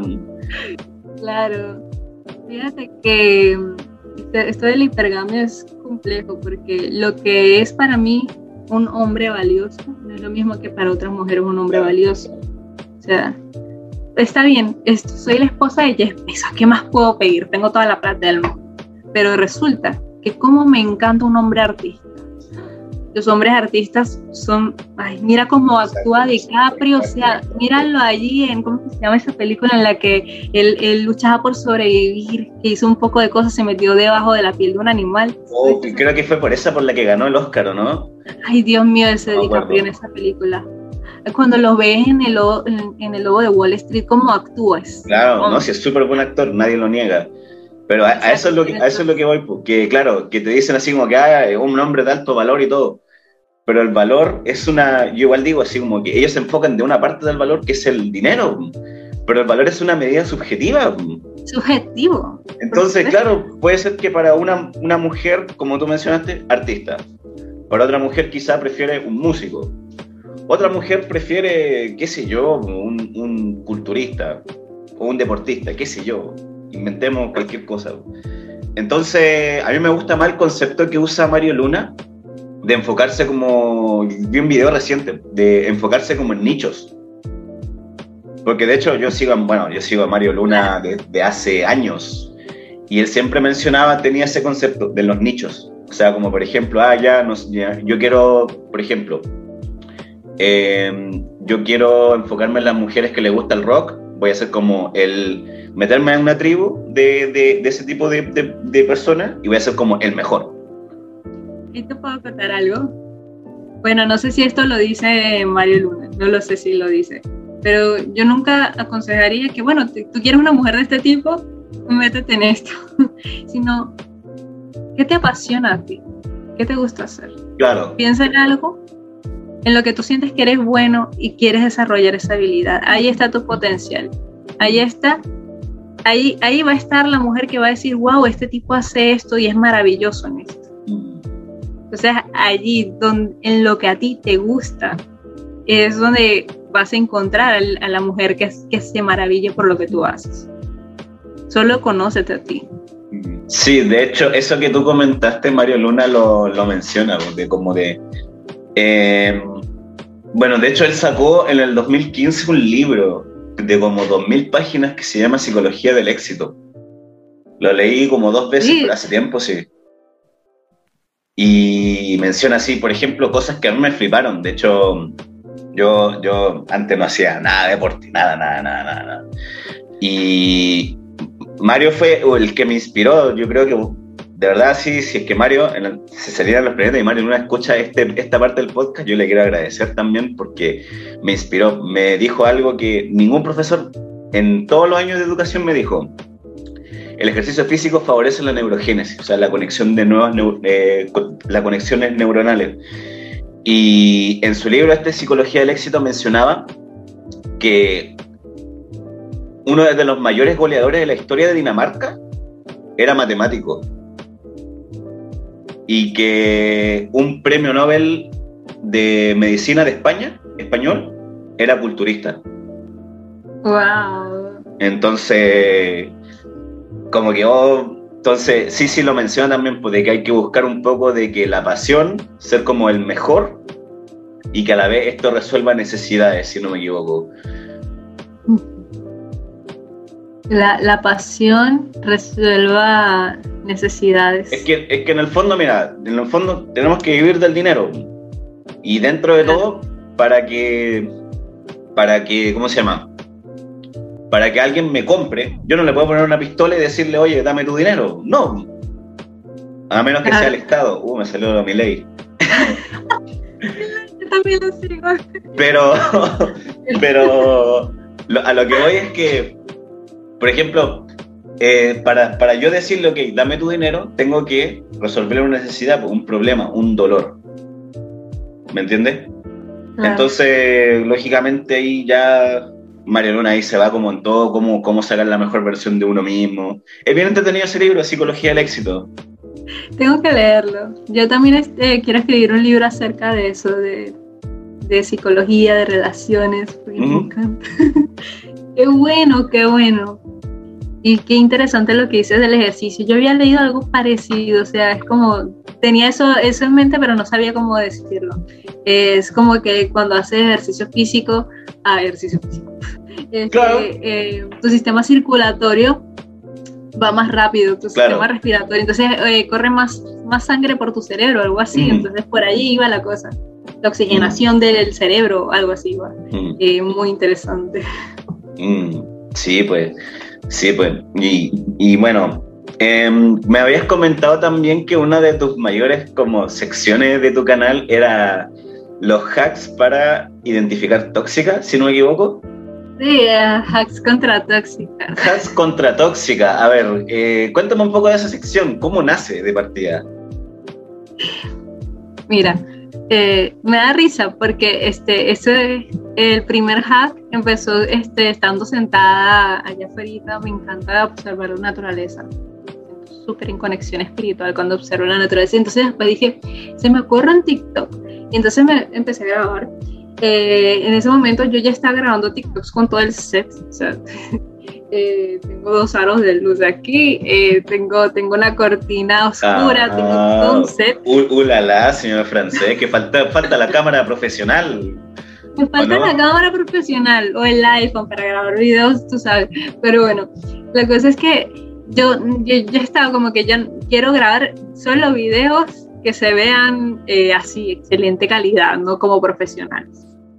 Claro. Fíjate que esto del hipergamia es complejo, porque lo que es para mí un hombre valioso no es lo mismo que para otras mujeres un hombre valioso. O sea, está bien, esto, soy la esposa de Jeff Bezos, ¿qué más puedo pedir? Tengo toda la plata del mundo. Pero resulta que como me encanta un hombre artista. Los hombres artistas son, ay, mira cómo actúa DiCaprio, o sea, míralo allí en, ¿cómo se llama esa película en la que él, él luchaba por sobrevivir, que hizo un poco de cosas, se metió debajo de la piel de un animal? Oh, creo que fue por esa por la que ganó el Oscar, ¿o no? Ay, Dios mío, ese no DiCaprio en esa película. Cuando lo ves en el, en, en el Lobo de Wall Street, ¿cómo actúas? Claro, ¿cómo? No, si es súper buen actor, nadie lo niega. Pero a, a, eso es lo que, a eso es lo que voy, porque claro, que te dicen así como que ah, es un hombre de alto valor y todo. Pero el valor es una, yo igual digo así como que ellos se enfocan de una parte del valor que es el dinero, pero el valor es una medida subjetiva. Subjetivo. Entonces, claro, puede ser que para una, una mujer, como tú mencionaste, artista. Para otra mujer quizá prefiere un músico. Otra mujer prefiere, qué sé yo, un, un culturista o un deportista, qué sé yo. Inventemos cualquier cosa. Entonces, a mí me gusta más el concepto que usa Mario Luna, de enfocarse como, vi un video reciente, de enfocarse como en nichos. Porque de hecho yo sigo, bueno, yo sigo a Mario Luna desde hace años, y él siempre mencionaba, tenía ese concepto de los nichos. O sea, como por ejemplo, ah, ya, no, ya yo quiero, por ejemplo, eh, yo quiero enfocarme en las mujeres que les gusta el rock, voy a hacer como el, meterme en una tribu de, de, de ese tipo de, de, de personas, y voy a ser como el mejor. ¿Y te puedo contar algo? Bueno, no sé si esto lo dice Mario Luna, no lo sé si lo dice, pero yo nunca aconsejaría que, bueno, tú quieres una mujer de este tipo, métete en esto, sino, ¿qué te apasiona a ti? ¿Qué te gusta hacer? Claro. Piensa en algo en lo que tú sientes que eres bueno y quieres desarrollar esa habilidad. Ahí está tu potencial, ahí está, ahí, ahí va a estar la mujer que va a decir, wow, este tipo hace esto y es maravilloso en esto. Entonces allí, donde, en lo que a ti te gusta, es donde vas a encontrar a la mujer que, que se maraville por lo que tú haces. Solo conócete a ti. Sí, de hecho, eso que tú comentaste, Mario Luna lo, lo menciona, de como de... Eh, bueno, de hecho, él sacó en el dos mil quince un libro de como dos mil páginas que se llama Psicología del Éxito. Lo leí como dos veces, sí. Pero hace tiempo, sí. Y menciona así, por ejemplo, cosas que a mí me fliparon. De hecho, yo, yo antes no hacía nada de deporte, nada, nada, nada, nada. Y Mario fue el que me inspiró. Yo creo que, de verdad, sí, si es que Mario, en el, si salieran los planetas y Mario Luna escucha este, esta parte del podcast, yo le quiero agradecer también porque me inspiró. Me dijo algo que ningún profesor en todos los años de educación me dijo. el ejercicio físico favorece la neurogénesis, o sea, la conexión de nuevas neu eh, las conexiones neuronales. Y en su libro este Psicología del Éxito mencionaba que uno de los mayores goleadores de la historia de Dinamarca era matemático. Y que un premio Nobel de medicina de España, español, era culturista. Wow. Entonces, como que oh, entonces, sí, sí lo menciona también, pues de que hay que buscar un poco de que la pasión, ser como el mejor, y que a la vez esto resuelva necesidades, si no me equivoco. La, la pasión resuelva necesidades. Es que, es que en el fondo, mira, en el fondo tenemos que vivir del dinero. Y dentro de todo, para que, para que, ¿cómo se llama? Para que alguien me compre, yo no le puedo poner una pistola y decirle, oye, dame tu dinero. No. A menos que claro. sea el Estado. Uh, me salió mi ley. Yo también lo sigo. Pero, pero lo, a lo que voy es que, por ejemplo, eh, para, para yo decirle, ok, dame tu dinero, tengo que resolver una necesidad, un problema, un dolor. ¿Me entiendes? Claro. Entonces, lógicamente ahí ya Mario Luna ahí se va como en todo, cómo, cómo sacar la mejor versión de uno mismo. Es bien entretenido ese libro, Psicología del Éxito. Tengo que leerlo. Yo también este, quiero escribir un libro acerca de eso, de, de psicología, de relaciones, porque uh-huh. me encanta. Qué bueno, qué bueno. Y qué interesante lo que dices del ejercicio. Yo había leído algo parecido, o sea, es como, tenía eso, eso en mente, pero no sabía cómo decirlo. Es como que cuando haces ejercicio físico, ah, ejercicio físico, este, claro. eh, tu sistema circulatorio va más rápido, tu claro. sistema respiratorio, entonces eh, corre más, más sangre por tu cerebro, algo así, mm. entonces por ahí iba la cosa. La oxigenación mm. del cerebro, algo así iba. Mm. Eh, muy interesante. Mm. Sí, pues. Sí, pues, y, y bueno, eh, me habías comentado también que una de tus mayores como secciones de tu canal era los hacks para identificar tóxica, si no me equivoco. Sí, uh, hacks contra tóxica. Hacks contra tóxica, a ver, eh, cuéntame un poco de esa sección, ¿cómo nace de partida? Mira, eh, me da risa porque este, ese, el primer hack empezó este, estando sentada allá afuera. Me encanta observar la naturaleza, súper en conexión espiritual cuando observo la naturaleza. Entonces después dije, se me ocurre en TikTok, y entonces me empecé a grabar. Eh, en ese momento yo ya estaba grabando TikToks con todo el set, o sea, eh, tengo dos aros de luz aquí, eh, tengo, tengo una cortina oscura, ah, tengo todo un set. Uh, uh, la, la, señor francés, que falta, falta la cámara profesional. Me falta no? la cámara profesional o el iPhone para grabar videos, tú sabes, pero bueno, la cosa es que yo, yo, yo estaba como que ya quiero grabar solo videos que se vean eh, así, excelente calidad, no como profesionales.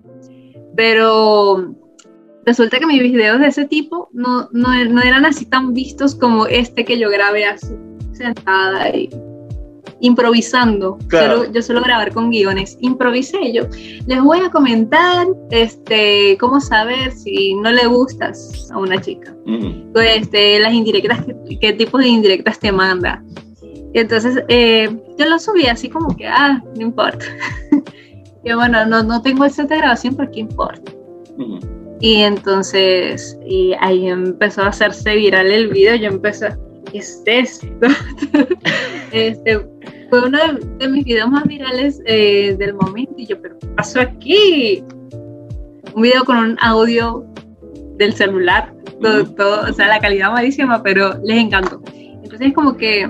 Pero resulta que mis videos de ese tipo no, no, no eran así tan vistos como este que yo grabé así, sentada y improvisando. Claro. Solo, yo suelo grabar con guiones. Improvisé yo. Les voy a comentar este, cómo saber si no le gustas a una chica. Uh-huh. Este, las indirectas, qué, qué tipo de indirectas te manda. Y entonces eh, yo lo subí así como que, ah, no importa. Y bueno, no, no tengo el set de grabación, pero ¿qué importa? Uh-huh. Y entonces y ahí empezó a hacerse viral el video. Yo empecé, ¿qué es esto? este, fue uno de, de mis videos más virales eh, del momento. Y yo, ¿pero qué pasó aquí? Un video con un audio del celular, todo, uh-huh. todo, o sea, la calidad malísima, pero les encantó. Entonces es como que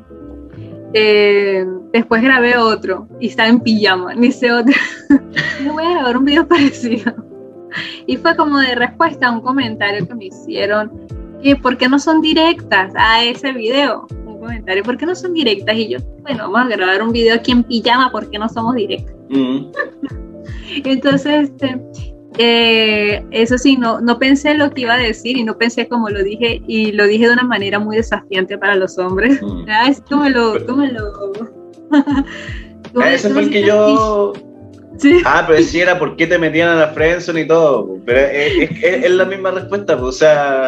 Eh, después grabé otro y estaba en pijama, ni sé otro. No voy a grabar un video parecido. Y fue como de respuesta a un comentario que me hicieron, que ¿por qué no son directas a ese video? Un comentario, ¿por qué no son directas? Y yo, bueno, vamos a grabar un video aquí en pijama, ¿por qué no somos directas? Mm. Entonces, este, eh, eso sí, no, no pensé lo que iba a decir y no pensé como lo dije, y lo dije de una manera muy desafiante para los hombres. Mm. Ah, es tú me lo... Tú me lo tú ah, ese fue el que yo... Sí. Ah, pero si era por qué te metían a la friendzone y todo, pero es, es, es la misma respuesta, pues, o sea,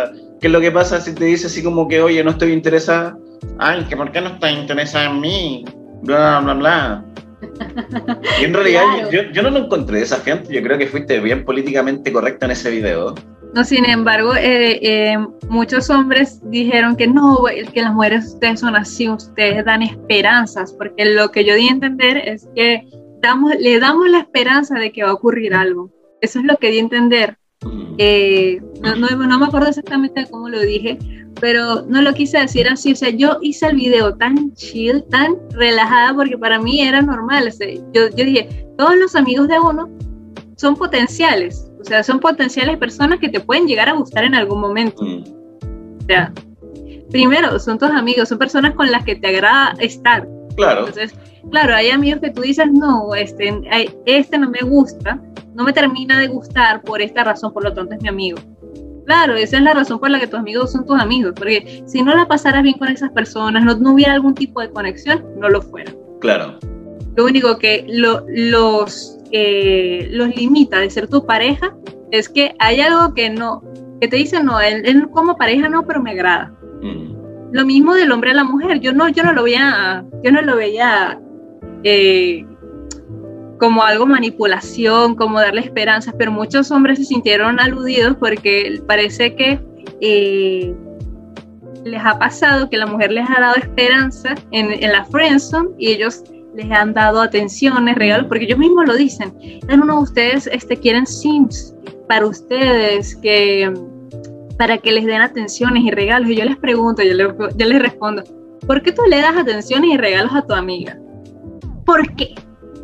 ¿qué es lo que pasa si te dice así como que, oye, no estoy interesada? Ay, que ¿por qué no estás interesada en mí? Bla, bla, bla. Y en realidad claro. yo, yo no lo encontré desafiante, yo creo que fuiste bien políticamente correcta en ese video. No, sin embargo, eh, eh, muchos hombres dijeron que no, que las mujeres ustedes son así, ustedes dan esperanzas, porque lo que yo di a entender es que damos, le damos la esperanza de que va a ocurrir algo. Eso es lo que di a entender. Eh, no, no, no me acuerdo exactamente cómo lo dije, pero no lo quise decir así. O sea, yo hice el video tan chill, tan relajada, porque para mí era normal. O sea, yo, yo dije, todos los amigos de uno son potenciales. O sea, son potenciales personas que te pueden llegar a gustar en algún momento. Mm. O sea, primero, son tus amigos, son personas con las que te agrada estar. Claro. Entonces, claro, hay amigos que tú dices, no, este, este no me gusta, no me termina de gustar por esta razón, por lo tanto es mi amigo. Claro, esa es la razón por la que tus amigos son tus amigos, porque si no la pasaras bien con esas personas, no, no hubiera algún tipo de conexión, no lo fuera. Claro. Lo único que lo, los... Eh, los limita de ser tu pareja es que hay algo que no, que te dice no, él, él como pareja no, pero me agrada. Mm. Lo mismo del hombre a la mujer, yo no, yo no lo veía, yo no lo veía eh, como algo manipulación, como darle esperanzas, pero muchos hombres se sintieron aludidos porque parece que eh, les ha pasado que la mujer les ha dado esperanza en, en la friendzone y ellos les han dado atenciones, regalos, porque ellos mismos lo dicen. Uno de ustedes este, quieren sims para ustedes, que, para que les den atenciones y regalos. Y yo les pregunto, yo les, yo les respondo, ¿por qué tú le das atenciones y regalos a tu amiga? ¿Por qué?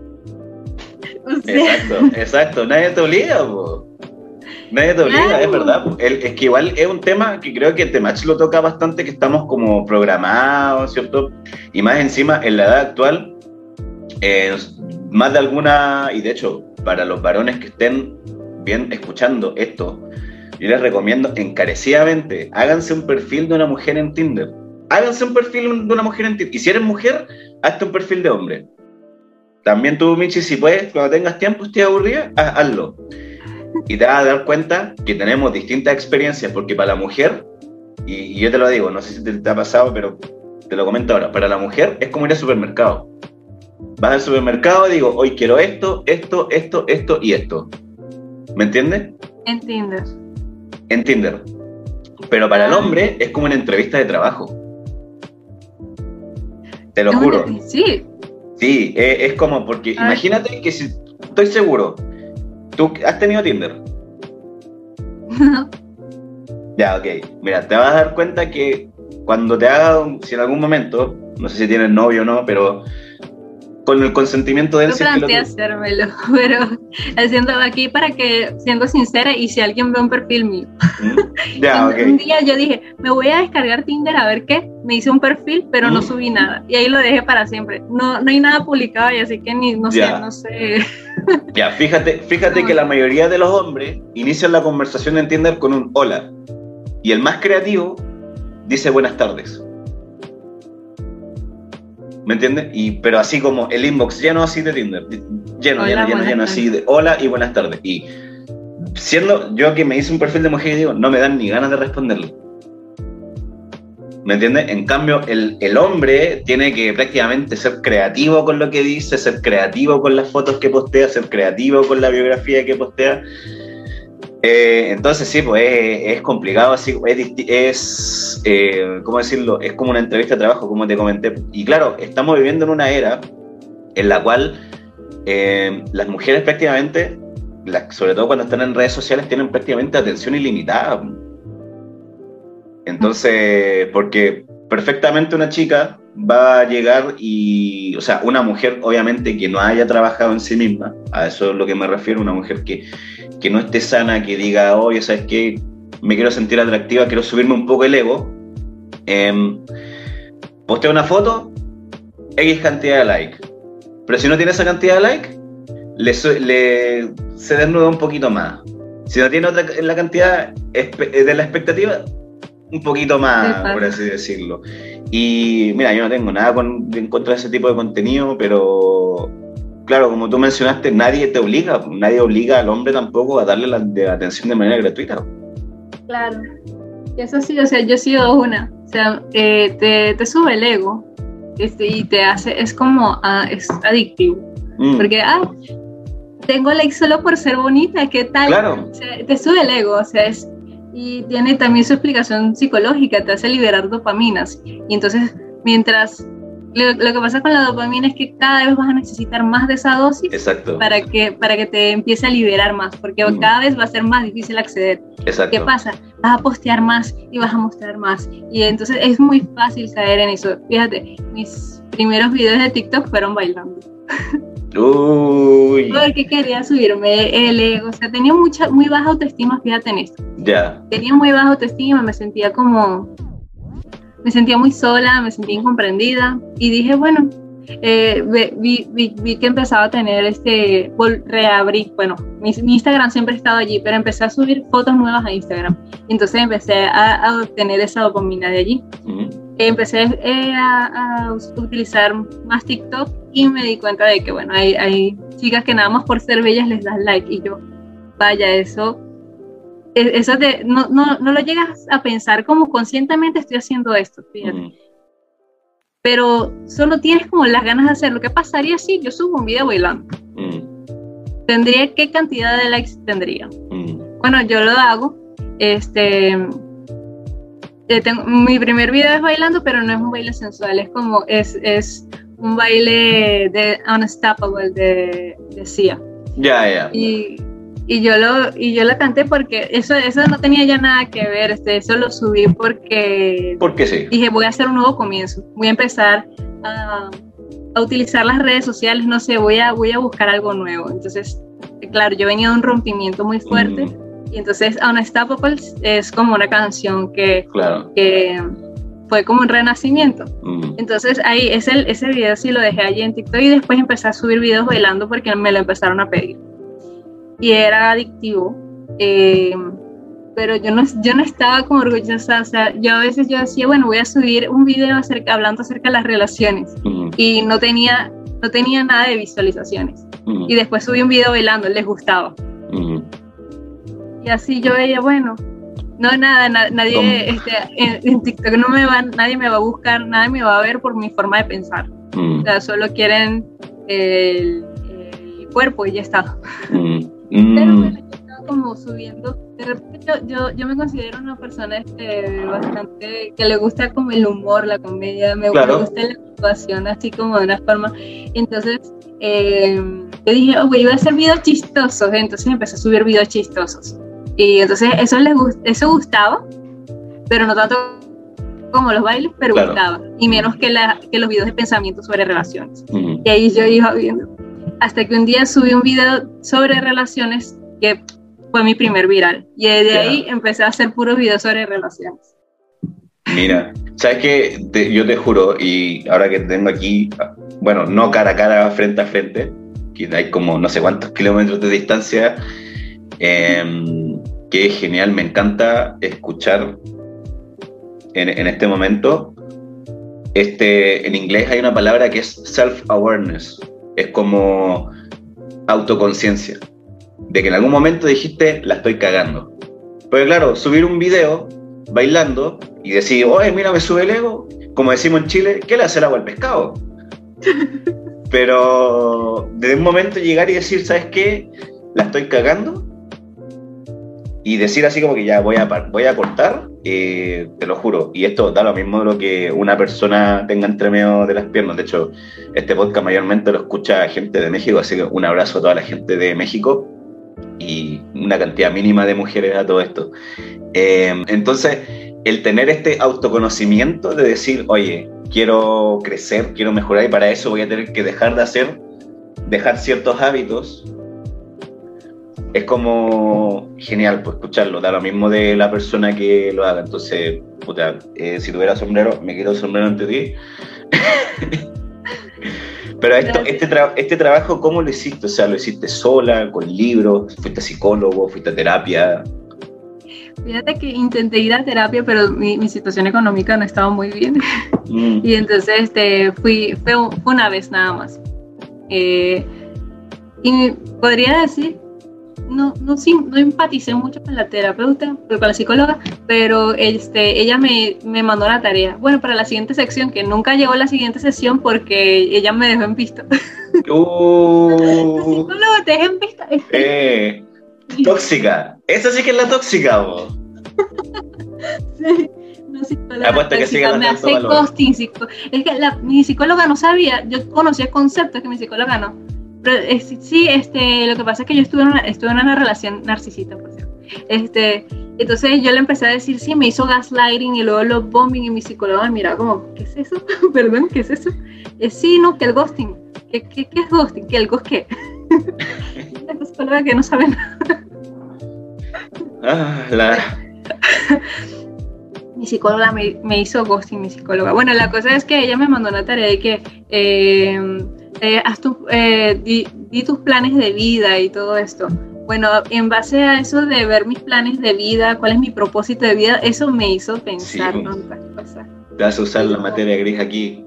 O sea, exacto, exacto. Nadie te obliga, po. Nadie te obliga, claro. Es verdad. El, es que igual es un tema que creo que Temach lo toca bastante, que estamos como programados, ¿cierto? Y más encima, en la edad actual, Eh, más de alguna, y de hecho para los varones que estén bien escuchando esto, yo les recomiendo encarecidamente, háganse un perfil de una mujer en Tinder, háganse un perfil de una mujer en Tinder, y si eres mujer, hazte un perfil de hombre. También tú, Michi, si puedes, cuando tengas tiempo, estés aburrida, haz, hazlo, y te vas a dar cuenta que tenemos distintas experiencias, porque para la mujer, y, y yo te lo digo, no sé si te, te ha pasado, pero te lo comento ahora, para la mujer es como ir al supermercado. Vas al supermercado y digo, hoy quiero esto, esto, esto, esto y esto. ¿Me entiendes? En Tinder. En Tinder. Pero para el hombre es como una entrevista de trabajo. Te lo juro. Sí. Sí, es, es como porque, Ay. imagínate que si, estoy seguro, ¿tú has tenido Tinder? No. Ya, ok. Mira, te vas a dar cuenta que cuando te haga, si en algún momento, no sé si tienes novio o no, pero con el consentimiento de él... Yo planteé hacérmelo, pero haciéndolo aquí para que, siendo sincera, y si alguien ve un perfil mío. Mm, ya, un, okay. un día yo dije, me voy a descargar Tinder a ver qué, me hice un perfil, pero mm. no subí nada, y ahí lo dejé para siempre. No, no hay nada publicado, y así que ni, no ya. sé, no sé. Ya, fíjate, fíjate no. que la mayoría de los hombres inician la conversación en Tinder con un hola, y el más creativo dice buenas tardes. ¿Me entiendes? Y, pero así como el inbox lleno así de Tinder, lleno, hola, lleno, lleno, lleno, así de hola y buenas tardes. Y siendo yo que me hice un perfil de mujer y digo, no me dan ni ganas de responderle. ¿Me entiendes? En cambio, el, el hombre tiene que prácticamente ser creativo con lo que dice, ser creativo con las fotos que postea, ser creativo con la biografía que postea. Eh, entonces sí, pues es, es complicado, así, es, es eh, ¿cómo decirlo? Es como una entrevista de trabajo, como te comenté. Y claro, estamos viviendo en una era en la cual eh, las mujeres prácticamente, la, sobre todo cuando están en redes sociales, tienen prácticamente atención ilimitada. Entonces, porque perfectamente una chica va a llegar y, o sea, una mujer obviamente que no haya trabajado en sí misma, a eso es lo que me refiero, una mujer que, que no esté sana, que diga, oye, ¿sabes qué? Me quiero sentir atractiva, quiero subirme un poco el ego, eh, postea una foto, X cantidad de likes, pero si no tiene esa cantidad de likes, le, le, se desnuda un poquito más, si no tiene otra la cantidad de la expectativa, un poquito más, por así decirlo. Y mira, yo no tengo nada con, en contra de ese tipo de contenido, pero claro, como tú mencionaste, nadie te obliga, nadie obliga al hombre tampoco a darle la, de atención de manera gratuita. Claro. Eso sí, o sea, yo he sido una, o sea, eh, te, te sube el ego este, y te hace, es como, uh, es adictivo, mm. porque, ah, tengo like solo por ser bonita, ¿qué tal? Claro. O sea, te sube el ego, o sea, es, y tiene también su explicación psicológica, te hace liberar dopaminas, y entonces, mientras, lo, lo que pasa con la dopamina es que cada vez vas a necesitar más de esa dosis. Exacto. para que, para que te empiece a liberar más, porque mm. cada vez va a ser más difícil acceder. Exacto. ¿Qué pasa? Vas a postear más y vas a mostrar más, y entonces es muy fácil caer en eso. Fíjate, mis primeros videos de TikTok fueron bailando. Uy. Porque quería subirme el ego, o sea, tenía mucha, muy baja autoestima, fíjate en esto. Ya. Yeah. Tenía muy baja autoestima, me sentía como, me sentía muy sola, me sentía incomprendida, y dije, bueno, eh, vi, vi, vi que empezaba a tener este, reabrí, bueno, mi, mi Instagram siempre ha estado allí, pero empecé a subir fotos nuevas a Instagram, y entonces empecé a, a obtener esa dopamina de allí. Uh-huh. Empecé eh, a, a utilizar más TikTok y me di cuenta de que, bueno, hay, hay chicas que nada más por ser bellas les das like, y yo, vaya, eso, eso te, no, no, no lo llegas a pensar como conscientemente estoy haciendo esto, fíjate. Mm. Pero solo tienes como las ganas de hacerlo. ¿Qué pasaría si yo subo un video bailando? Mm. ¿Tendría qué cantidad de likes tendría? Mm. Bueno, yo lo hago, este... Tengo, mi primer video es bailando, pero no es un baile sensual, es como, es, es un baile de Unstoppable de, de Sia. Ya, yeah, ya. Yeah. Y, y yo lo y yo lo canté porque eso, eso no tenía ya nada que ver, este, eso lo subí porque... Porque sí. Dije, voy a hacer un nuevo comienzo, voy a empezar a, a utilizar las redes sociales, no sé, voy a, voy a buscar algo nuevo. Entonces, claro, yo venía de un rompimiento muy fuerte. Mm. Y entonces Unstoppable es como una canción que, claro. que fue como un renacimiento. Mm. Entonces ahí ese, ese video sí lo dejé allí en TikTok, y después empecé a subir videos bailando porque me lo empezaron a pedir. Y era adictivo, eh, pero yo no, yo no estaba como orgullosa. O sea, yo a veces yo decía, bueno, voy a subir un video acerca, hablando acerca de las relaciones. Mm. Y no tenía, no tenía nada de visualizaciones. Mm. Y después subí un video bailando, les gustaba. Mm. Y así yo veía, bueno, no, nada, na, nadie, este, en, en TikTok no me va, nadie me va a buscar, nadie me va a ver por mi forma de pensar. Mm. O sea, solo quieren el, el cuerpo y ya está. Mm. Pero bueno, yo estaba como subiendo. De repente yo, yo, yo me considero una persona este, bastante, que le gusta como el humor, la comedia, me, claro. me gusta la actuación así como de una forma. Entonces, eh, yo dije, oh, voy a hacer videos chistosos, entonces empecé a subir videos chistosos. Y entonces eso les gust- eso gustaba, pero no tanto como los bailes, pero claro. gustaba. Y menos que, la, que los videos de pensamiento sobre relaciones. Uh-huh. Y ahí yo iba viendo. Hasta que un día subí un video sobre relaciones que fue mi primer viral. Y desde yeah. ahí empecé a hacer puros videos sobre relaciones. Mira, ¿sabes qué? Te, yo te juro, y ahora que te tengo aquí, bueno, no cara a cara, frente a frente, que hay como no sé cuántos kilómetros de distancia, eh, que es genial, me encanta escuchar en, en este momento, este, en inglés hay una palabra que es self-awareness, es como autoconciencia, de que en algún momento dijiste, la estoy cagando. Pero claro, subir un video bailando y decir, oye, mira, me sube el ego, como decimos en Chile, ¿qué le hace el agua al pescado? Pero de un momento llegar y decir, ¿sabes qué? La estoy cagando, y decir así como que ya voy a, voy a cortar, eh, te lo juro, y esto da lo mismo de lo que una persona tenga entre medio de las piernas. De hecho, este podcast mayormente lo escucha gente de México, así que un abrazo a toda la gente de México y una cantidad mínima de mujeres a todo esto. Eh, entonces, el tener este autoconocimiento de decir, oye, quiero crecer, quiero mejorar, y para eso voy a tener que dejar de hacer, dejar ciertos hábitos, es como genial, pues, escucharlo, da lo mismo de la persona que lo haga. Entonces, puta, eh, si tuviera sombrero, me quito el sombrero ante ti. Pero esto, este, tra- este trabajo, ¿cómo lo hiciste? O sea, ¿lo hiciste sola, con libros? ¿Fuiste psicólogo? ¿Fuiste a terapia? Fíjate que intenté ir a terapia, pero mi, mi situación económica no estaba muy bien. Mm. Y entonces este, fui, fue, fue una vez nada más. Eh, y podría decir, no, no, no empaticé mucho con la terapeuta, con la psicóloga, pero este, ella me, me mandó la tarea. Bueno, para la siguiente sección, que nunca llegó a la siguiente sesión porque ella me dejó en visto. Uh, la psicóloga te deja en visto. Eh, tóxica. Esa sí que es la tóxica, vos. Sí. Una psicóloga Apuesto que sigue me hace ghosting. Psico- es que la, mi psicóloga no sabía, yo conocía conceptos que mi psicóloga no. Pero es, sí, este, lo que pasa es que yo estuve en una, estuve en una relación narcisista, por cierto. Este, entonces yo le empecé a decir, sí, me hizo gaslighting y luego love bombing, y mi psicóloga me miraba como, ¿qué es eso? Perdón, ¿qué es eso? Eh, sí, no, que el ghosting. ¿Qué, qué, qué es ghosting? ¿Qué el ghost qué? La psicóloga que no sabe nada. Ah, la... Mi psicóloga me, me hizo ghosting, mi psicóloga. Bueno, la cosa es que ella me mandó una tarea de que eh, eh, haz tu, eh, di, di tus planes de vida y todo esto. Bueno, en base a eso de ver mis planes de vida, cuál es mi propósito de vida, eso me hizo pensar sí, tantas cosas. Te vas a usar la materia gris aquí.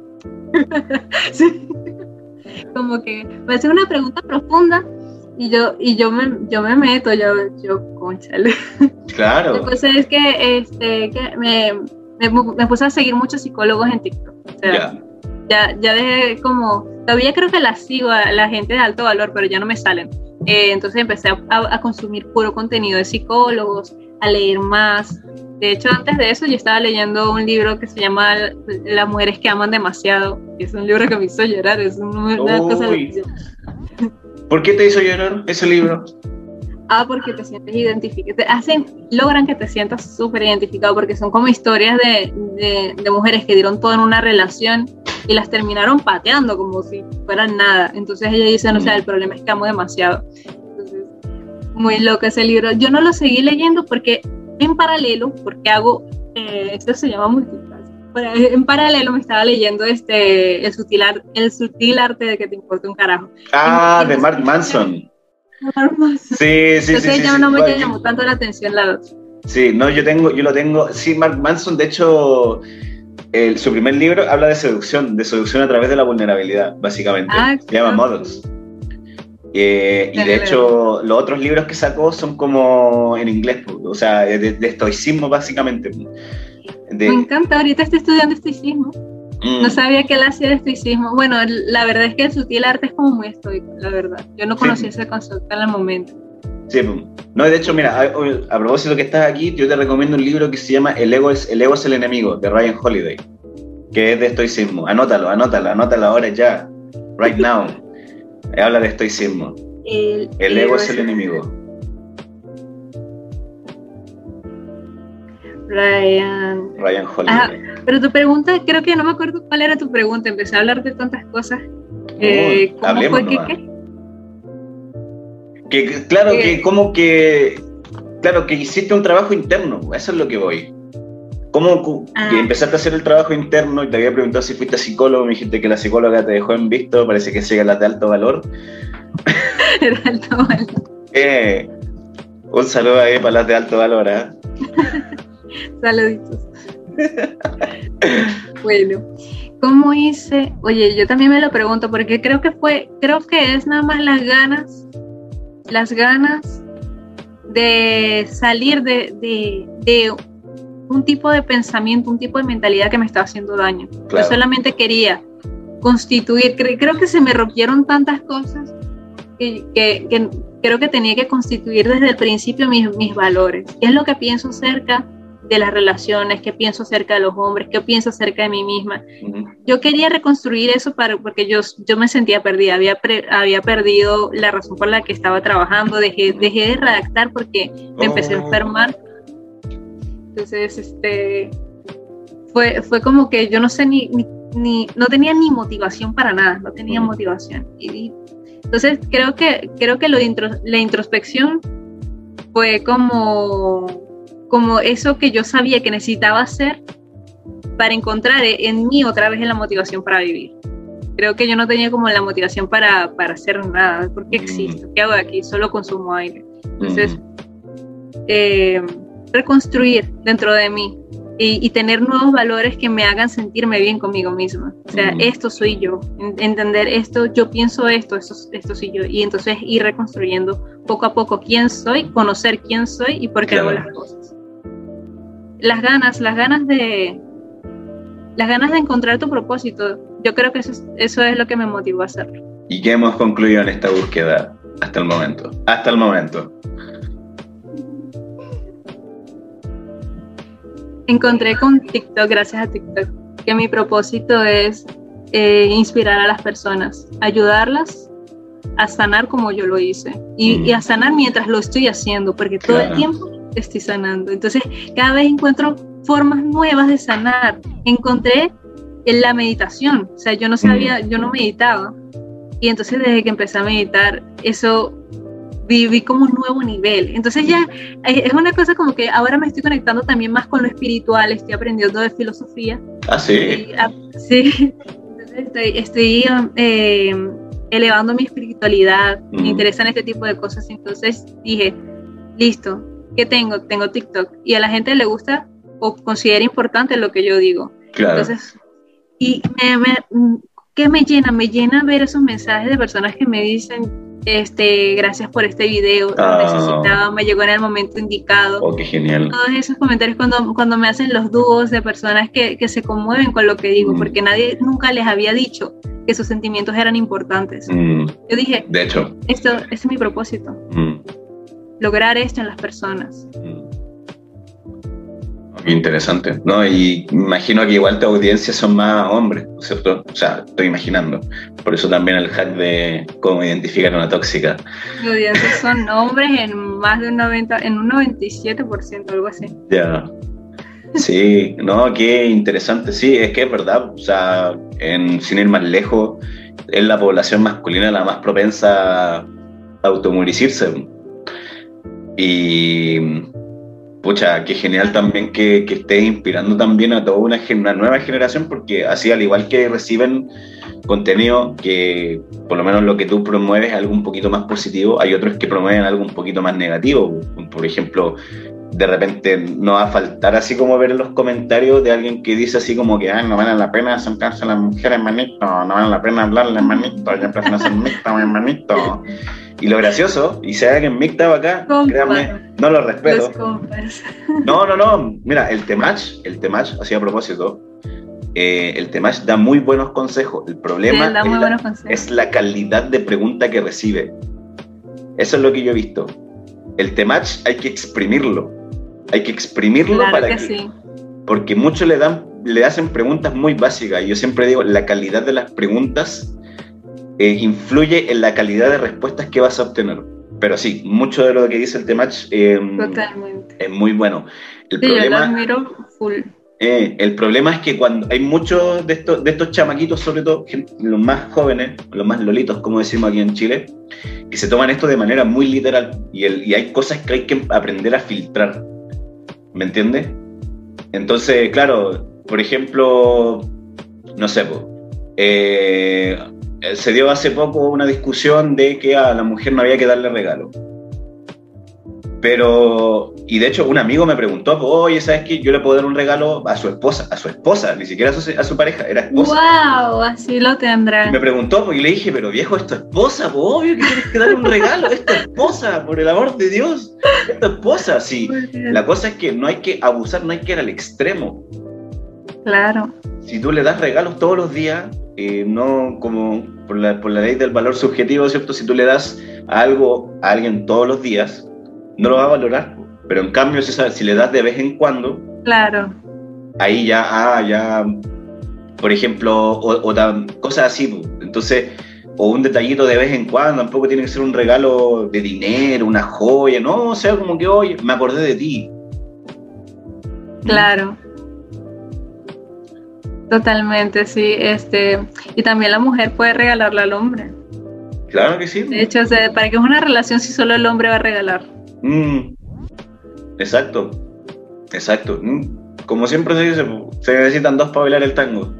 Sí. Como que me hace una pregunta profunda y yo y yo me yo me meto, yo yo conchale. Claro. La cosa es que este que me, me, me puse a seguir muchos psicólogos en TikTok. O sea, yeah. ya ya dejé como, todavía creo que las sigo a la gente de alto valor, pero ya no me salen. Eh, entonces empecé a, a, a consumir puro contenido de psicólogos, a leer más. De hecho, antes de eso yo estaba leyendo un libro que se llama Las mujeres que aman demasiado. Es un libro que me hizo llorar, es una, una cosa de... ¿Por qué te hizo llorar ese libro? Ah, porque te sientes identificado, te hacen, logran que te sientas súper identificado, porque son como historias de, de, de mujeres que dieron todo en una relación y las terminaron pateando como si fueran nada. Entonces ella dice, no, o sea, el problema es que amo demasiado. Entonces, muy loco ese libro. Yo no lo seguí leyendo porque en paralelo, porque hago, eh, esto se llama multitask, en paralelo me estaba leyendo este, el, sutil ar, el sutil arte de que te importe un carajo. Ah, en, de en Mark Manson. Mark Manson. Sí, sí, Entonces sí. ya sí, no sí, me vale. llamó tanto la atención la otra. Sí, no, yo tengo, yo lo tengo, sí, Mark Manson, de hecho, el, su primer libro habla de seducción, de seducción a través de la vulnerabilidad, básicamente. Ah, se llama Models. Eh, y de hecho, los otros libros que sacó son como en inglés, o sea, de, de estoicismo, básicamente. De... Me encanta, ahorita estoy estudiando estoicismo. Mm. No sabía que él hacía el estoicismo. Bueno, la verdad es que el sutil arte es como muy estoico, la verdad. Yo no conocía sí. ese concepto en el momento. Sí, no, de hecho, mira, a, a propósito de que estás aquí, yo te recomiendo un libro que se llama El ego es el, ego es el enemigo, de Ryan Holiday, que es de estoicismo. Anótalo, anótalo, anótalo ahora ya, right now. Habla de estoicismo. El, el ego es el enemigo. Ryan. Ryan Holiday. Ah, pero tu pregunta, creo que no me acuerdo cuál era tu pregunta. Empecé a hablar de tantas cosas. Oh, eh, ¿Cómo fue que qué? Que, claro, ¿Qué? que como que, claro, que hiciste un trabajo interno, eso es lo que voy. ¿Cómo ah. que empezaste a hacer el trabajo interno y te había preguntado si fuiste psicólogo? Me dijiste que la psicóloga te dejó en visto, parece que sigue la de alto valor. De alto valor. Eh, un saludo ahí para las de alto valor, ¿eh? Saluditos. Bueno, ¿cómo hice? Oye, yo también me lo pregunto porque creo que fue, creo que es nada más las ganas, las ganas de salir de, de, de un tipo de pensamiento, un tipo de mentalidad que me estaba haciendo daño. Claro. Yo solamente quería constituir, cre- creo que se me rompieron tantas cosas que, que, que creo que tenía que constituir desde el principio mis, mis valores. ¿Qué es lo que pienso acerca de las relaciones? ¿Qué pienso acerca de los hombres? ¿Qué pienso acerca de mí misma? Uh-huh. Yo quería reconstruir eso para, porque yo, yo me sentía perdida, había, pre, había perdido la razón por la que estaba trabajando, dejé, dejé de redactar porque me empecé a enfermar. Entonces, este, fue, fue como que yo no sé ni, ni, ni, no tenía ni motivación para nada, no tenía uh-huh. motivación. Y, entonces, creo que, creo que lo de intro, la introspección fue como, como eso que yo sabía que necesitaba hacer para encontrar en mí otra vez la motivación para vivir. Creo que yo no tenía como la motivación para, para hacer nada. ¿Por qué existo? ¿Qué hago aquí? Solo consumo aire. Entonces, uh-huh. eh, reconstruir dentro de mí y, y tener nuevos valores que me hagan sentirme bien conmigo misma. O sea, mm. esto soy yo, entender esto, yo pienso esto, esto, esto soy yo, y entonces ir reconstruyendo poco a poco quién soy, conocer quién soy y por qué claro. hago las cosas. Las ganas, las ganas de... Las ganas de encontrar tu propósito, yo creo que eso es, eso es lo que me motivó a hacerlo. ¿Y qué hemos concluido en esta búsqueda hasta el momento? Hasta el momento. Encontré con TikTok, gracias a TikTok, que mi propósito es eh, inspirar a las personas, ayudarlas a sanar como yo lo hice. Y, mm. y a sanar mientras lo estoy haciendo, porque todo claro. el tiempo estoy sanando. Entonces, cada vez encuentro formas nuevas de sanar. Encontré en la meditación, o sea, yo no sabía, yo no meditaba, y entonces desde que empecé a meditar, eso viví como un nuevo nivel. Entonces ya es una cosa como que ahora me estoy conectando también más con lo espiritual, estoy aprendiendo de filosofía. Ah, sí. Y, a, sí, entonces estoy, estoy eh, elevando mi espiritualidad, mm. me interesan este tipo de cosas, entonces dije, listo, ¿qué tengo? Tengo TikTok, y a la gente le gusta o considera importante lo que yo digo. Claro. Entonces, y me, me, ¿qué me llena? Me llena ver esos mensajes de personas que me dicen, este, gracias por este video, lo oh. necesitaba, me llegó en el momento indicado. Oh, qué genial. Todos esos comentarios cuando, cuando me hacen los dúos de personas que, que se conmueven con lo que digo, mm. porque nadie nunca les había dicho que sus sentimientos eran importantes. Mm. Yo dije, de hecho, esto, este es mi propósito, mm. lograr esto en las personas. Mm. Interesante, ¿no? Y imagino que igual tu audiencia son más hombres, ¿cierto? O sea, estoy imaginando. Por eso también el hack de cómo identificar a una tóxica. Mi audiencia son hombres en más de un noventa, en un noventa y siete por ciento, algo así. Ya. Sí, no, qué interesante. Sí, es que es verdad. O sea, en, sin ir más lejos, es la población masculina la más propensa a automuricirse. Y... pucha, qué genial también que, que estés inspirando también a toda una, una nueva generación, porque así, al igual que reciben contenido que, por lo menos lo que tú promueves es algo un poquito más positivo, hay otros que promueven algo un poquito más negativo. Por ejemplo, de repente no va a faltar así como ver los comentarios de alguien que dice así como que ah, no vale la pena sentarse a las mujeres, manito, no vale la pena hablarle, manito, ya empiezan a ser mixta, manito. Y lo gracioso, y sea que en Mictab acá, Compa. créanme, no lo respeto. No, no, no. Mira, el Temach, el Temach, así a propósito, eh, el Temach da muy buenos consejos. El problema sí, es, la, es la calidad de pregunta que recibe. Eso es lo que yo he visto. El Temach hay que exprimirlo. Hay que exprimirlo claro para que, que sí. Porque muchos le dan, le hacen preguntas muy básicas. Y yo siempre digo, la calidad de las preguntas Eh, influye en la calidad de respuestas que vas a obtener. Pero sí, mucho de lo que dice el Temach eh, es muy bueno. El sí, problema, yo lo admiro full. Eh, el problema es que cuando hay muchos de estos, de estos chamaquitos, sobre todo los más jóvenes, los más lolitos, como decimos aquí en Chile, que se toman esto de manera muy literal y, el, y hay cosas que hay que aprender a filtrar. ¿Me entiendes? Entonces, claro, por ejemplo, no sé, pues, eh, se dio hace poco una discusión de que a la mujer no había que darle regalo. Pero, y de hecho un amigo me preguntó, oye, ¿sabes qué? Yo le puedo dar un regalo a su esposa, a su esposa, ni siquiera a su, a su pareja, era esposa. ¡Wow! Así lo tendrá. Y me preguntó, porque le dije, pero viejo, es tu esposa, pues obvio que tienes que darle un regalo, es tu esposa, por el amor de Dios, es tu esposa. Sí, la cosa es que no hay que abusar, no hay que ir al extremo. Claro. Si tú le das regalos todos los días, eh, no como por la, por la ley del valor subjetivo, ¿cierto? Si tú le das algo a alguien todos los días, no lo va a valorar. Pero en cambio, si, si le das de vez en cuando, claro, ahí ya, ah, ya, por ejemplo, o, o da, cosas así, entonces, o un detallito de vez en cuando, tampoco tiene que ser un regalo de dinero, una joya, no, o sea, como que, oye, me acordé de ti. Claro. Totalmente, sí, este, y también la mujer puede regalarle al hombre. Claro que sí. De hecho, o sea, ¿para qué es una relación si solo el hombre va a regalar? Mm, exacto, exacto. Mm, como siempre se dice, se necesitan dos para bailar el tango.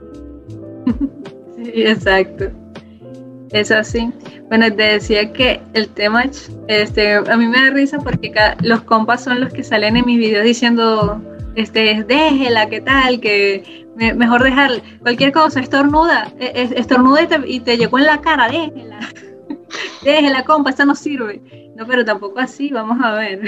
Sí, exacto. Es así. Bueno, te decía que el Temach, este, a mí me da risa porque cada, los compas son los que salen en mis videos diciendo, este, déjela, ¿qué tal? Que me, mejor dejar cualquier cosa, estornuda, es, estornuda y te, y te llegó en la cara, déjela, déjela, compa, esta no sirve. No, pero tampoco así, vamos a ver.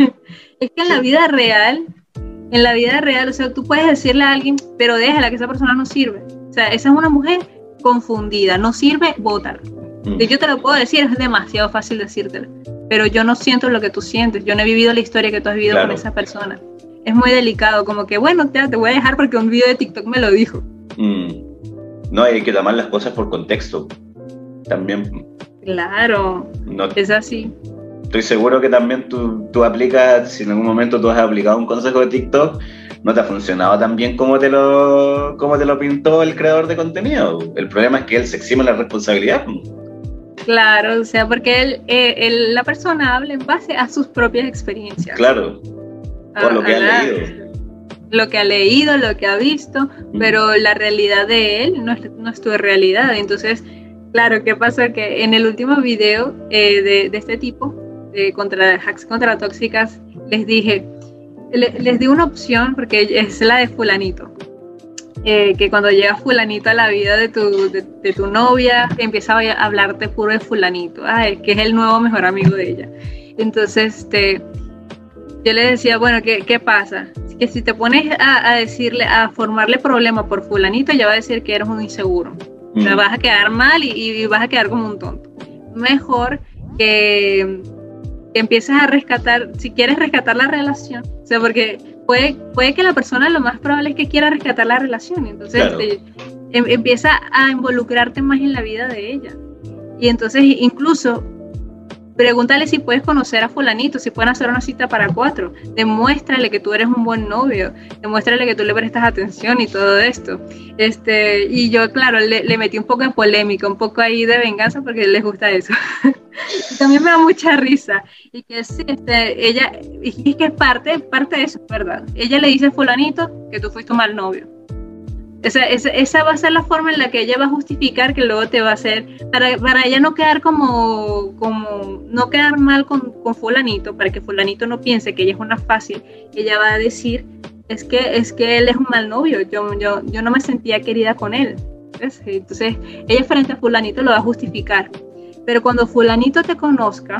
Es que en la vida real, en la vida real, o sea, tú puedes decirle a alguien, pero déjala, que esa persona no sirve. O sea, esa es una mujer confundida, no sirve, bótala. Mm. Yo te lo puedo decir, es demasiado fácil decírtelo, pero yo no siento lo que tú sientes, yo no he vivido la historia que tú has vivido claro. con esa persona. Es muy delicado, como que, bueno, te, te voy a dejar porque un video de TikTok me lo dijo. Mm. No, hay que tomar las cosas por contexto, también. Claro, no, es así. Estoy seguro que también tú, tú aplicas, si en algún momento tú has aplicado un consejo de TikTok, no te ha funcionado tan bien como te lo, como te lo pintó el creador de contenido. El problema es que él se exime la responsabilidad. Claro, o sea, porque él, eh, él, la persona habla en base a sus propias experiencias. Claro, por lo que ha la, leído. Lo que ha leído, lo que ha visto, mm. pero la realidad de él no es, no es tu realidad. Entonces, claro, ¿qué pasa? Que en el último video eh, de, de este tipo, de contra hacks contra tóxicas, les dije, le, les di una opción, porque es la de fulanito. Eh, que cuando llega fulanito a la vida de tu, de, de tu novia, empieza a hablarte puro de fulanito, ay, que es el nuevo mejor amigo de ella. Entonces, este, yo le decía, bueno, ¿qué, qué pasa? Que si te pones a, a decirle, a formarle problema por fulanito, ya va a decir que eres un inseguro. Mm. O sea, vas a quedar mal y, y vas a quedar como un tonto. Mejor que, que empieces a rescatar, si quieres rescatar la relación, o sea, porque puede, puede que la persona lo más probable es que quiera rescatar la relación, entonces claro. te, em, empieza a involucrarte más en la vida de ella. Y entonces incluso pregúntale si puedes conocer a fulanito, si pueden hacer una cita para cuatro, demuéstrale que tú eres un buen novio, demuéstrale que tú le prestas atención y todo esto. Este, y yo, claro, le, le metí un poco de polémica, un poco ahí de venganza porque les gusta eso. Y también me da mucha risa. Y que sí, este, ella, y es que es parte, parte de eso, ¿verdad? Ella le dice a fulanito que tú fuiste un mal novio. Esa, esa, esa va a ser la forma en la que ella va a justificar que luego te va a hacer, para, para ella no quedar como, como no quedar mal con, con fulanito, para que fulanito no piense que ella es una fácil, ella va a decir, es que, es que él es un mal novio, yo, yo, yo no me sentía querida con él. ¿Ves? Entonces ella frente a fulanito lo va a justificar, pero cuando fulanito te conozca,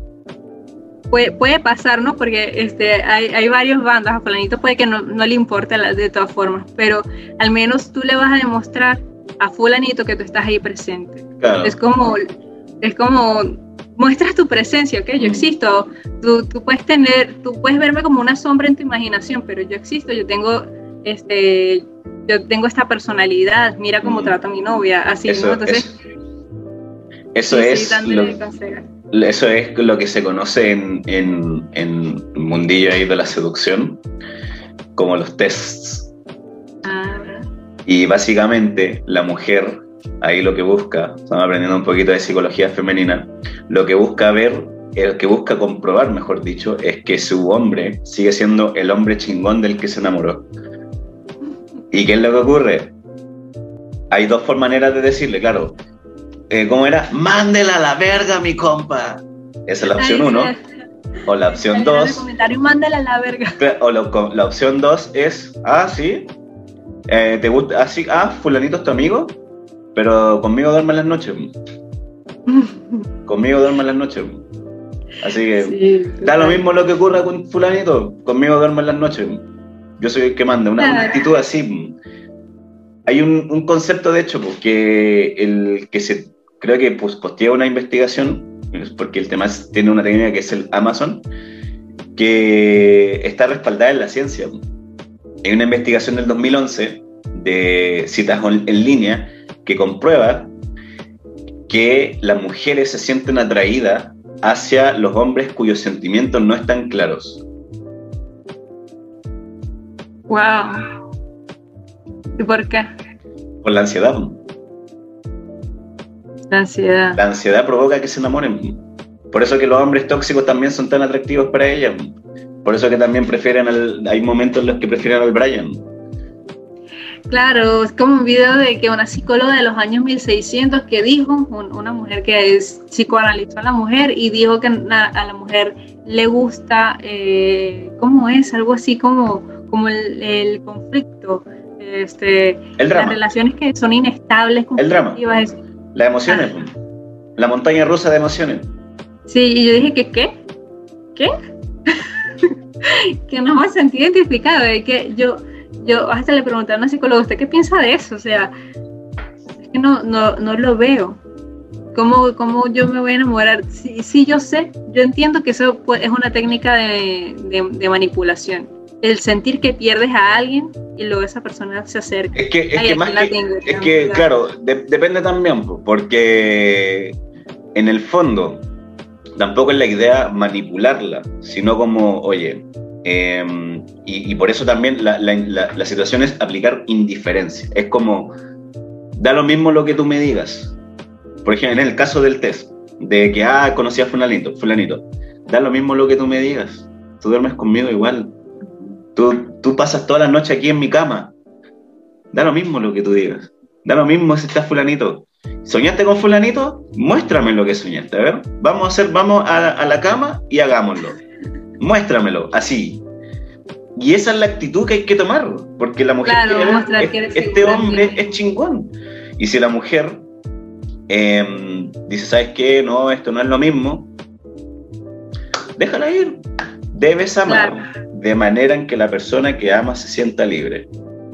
Puede, puede pasar, ¿no? Porque este, hay, hay varios bandos, a fulanito puede que no, no le importe la, de todas formas, pero al menos tú le vas a demostrar a fulanito que tú estás ahí presente. Claro. Es como, es como, muestras tu presencia, ¿ok? Yo mm. existo, tú, tú puedes tener, tú puedes verme como una sombra en tu imaginación, pero yo existo, yo tengo, este, yo tengo esta personalidad, mira cómo mm. trato a mi novia, así, eso, ¿no? Entonces, eso, eso es lo... Eso es lo que se conoce en, en, en el mundillo ahí de la seducción como los tests. Ah. Y básicamente la mujer, ahí lo que busca, estamos aprendiendo un poquito de psicología femenina, lo que busca ver, el que busca comprobar, mejor dicho, es que su hombre sigue siendo el hombre chingón del que se enamoró. ¿Y qué es lo que ocurre? Hay dos maneras de decirle, claro. Eh, ¿Cómo era? ¡Mándela a la verga, mi compa! Esa es la opción uno. O la opción dos... comentario, mándela a la verga. O la, la opción dos es... Ah, sí. Eh, ¿Te gusta? Ah, sí. Ah, fulanito es tu amigo. Pero conmigo duerme en las noches. Conmigo duerme en las noches. Así que... Sí, da lo mismo lo que ocurra con fulanito. Conmigo duerme en las noches. Yo soy el que manda. Una, una actitud así. Hay un, un concepto, de hecho, que el que se... Creo que pues, posteé una investigación, porque el tema es, tiene una técnica que es el Amazon, que está respaldada en la ciencia. Hay una investigación del dos mil once de citas en línea que comprueba que las mujeres se sienten atraídas hacia los hombres cuyos sentimientos no están claros. Wow. ¿Y por qué? Por la ansiedad. La ansiedad. La ansiedad provoca que se enamoren. Por eso que los hombres tóxicos también son tan atractivos para ella. Por eso que también prefieren al... Hay momentos en los que prefieren al Brian. Claro, es como un video de que una psicóloga de los años mil seiscientos que dijo, un, una mujer que es, psicoanalizó a la mujer y dijo que a, a la mujer le gusta, eh, ¿cómo es? Algo así como, como el, el conflicto, este, el drama. Las relaciones que son inestables, el drama, las emociones, ah. la montaña rusa de emociones. Sí, y yo dije que ¿qué? ¿Qué? Que no me sentí identificado, es que yo, yo hasta le pregunté a una psicóloga, ¿usted qué piensa de eso? O sea, es que no, no, no lo veo. ¿Cómo, ¿Cómo yo me voy a enamorar? Sí, sí, yo sé, yo entiendo que eso es una técnica de, de, de manipulación. El sentir que pierdes a alguien y luego esa persona se acerca. Es que, es Ay, que más que, tengo, es que claro, de, depende también, porque en el fondo tampoco es la idea manipularla, sino como, oye, eh, y, y por eso también la, la, la, la situación es aplicar indiferencia. Es como, da lo mismo lo que tú me digas. Por ejemplo, en el caso del test, de que, ah, conocí a fulanito, fulanito, da lo mismo lo que tú me digas, tú duermes conmigo igual, tú, tú pasas toda la noche aquí en mi cama, da lo mismo lo que tú digas, da lo mismo si estás fulanito, ¿soñaste con fulanito? Muéstrame lo que soñaste, a ver, vamos a hacer, vamos a, a la cama y hagámoslo, muéstramelo, así. Y esa es la actitud que hay que tomar, porque la mujer claro, quiere mostrar ver, que eres este hombre es chingón, y si la mujer Eh, dice, ¿sabes qué? No, esto no es lo mismo. Déjala ir. Debes amar claro. de manera en que la persona que ama se sienta libre.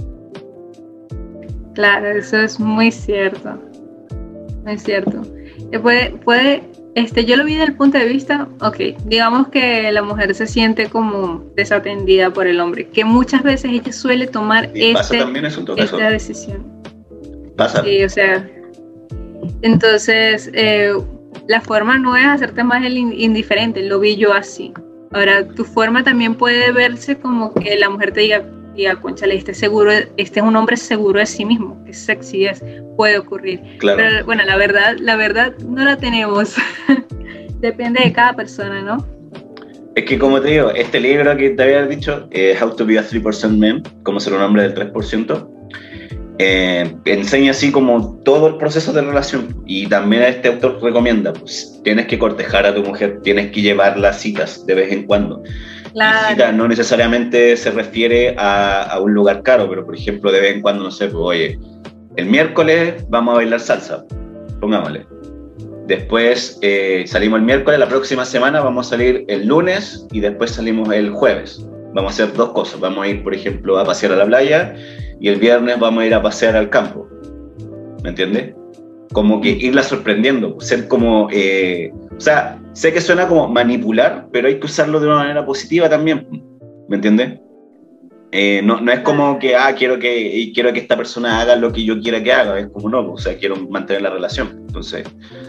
Claro, eso es muy cierto. Muy cierto. Puede, puede, este, yo lo vi desde el punto de vista, ok, digamos que la mujer se siente como desatendida por el hombre, que muchas veces ella suele tomar y este, pasa también eso en todo esta caso. decisión. Pasa. Sí, o sea... Entonces, eh, la forma no es hacerte más el indiferente, lo vi yo así. Ahora, tu forma también puede verse como que la mujer te diga, diga, conchale, este, seguro, este es un hombre seguro de sí mismo, que sexy es, puede ocurrir. Claro. Pero bueno, la verdad, la verdad no la tenemos. Depende de cada persona, ¿no? Es que como te digo, este libro que te había dicho, eh, How to be a three percent Man, cómo ser un hombre del tres por ciento, Eh, enseña así como todo el proceso de relación, y también este autor recomienda, pues tienes que cortejar a tu mujer, tienes que llevarla a citas de vez en cuando. Claro. Y cita no necesariamente se refiere a, a un lugar caro, pero por ejemplo de vez en cuando, no sé, pues oye, el miércoles vamos a bailar salsa, pongámosle. Después eh, salimos el miércoles, la próxima semana vamos a salir el lunes y después salimos el jueves. Vamos a hacer dos cosas, vamos a ir por ejemplo a pasear a la playa y el viernes vamos a ir a pasear al campo, ¿me entiendes? Como que irla sorprendiendo, ser como, eh, o sea, sé que suena como manipular, pero hay que usarlo de una manera positiva también, ¿me entiendes? Eh, no, no es como que, ah, quiero que, quiero que esta persona haga lo que yo quiera que haga, es como no, o sea, quiero mantener la relación, entonces...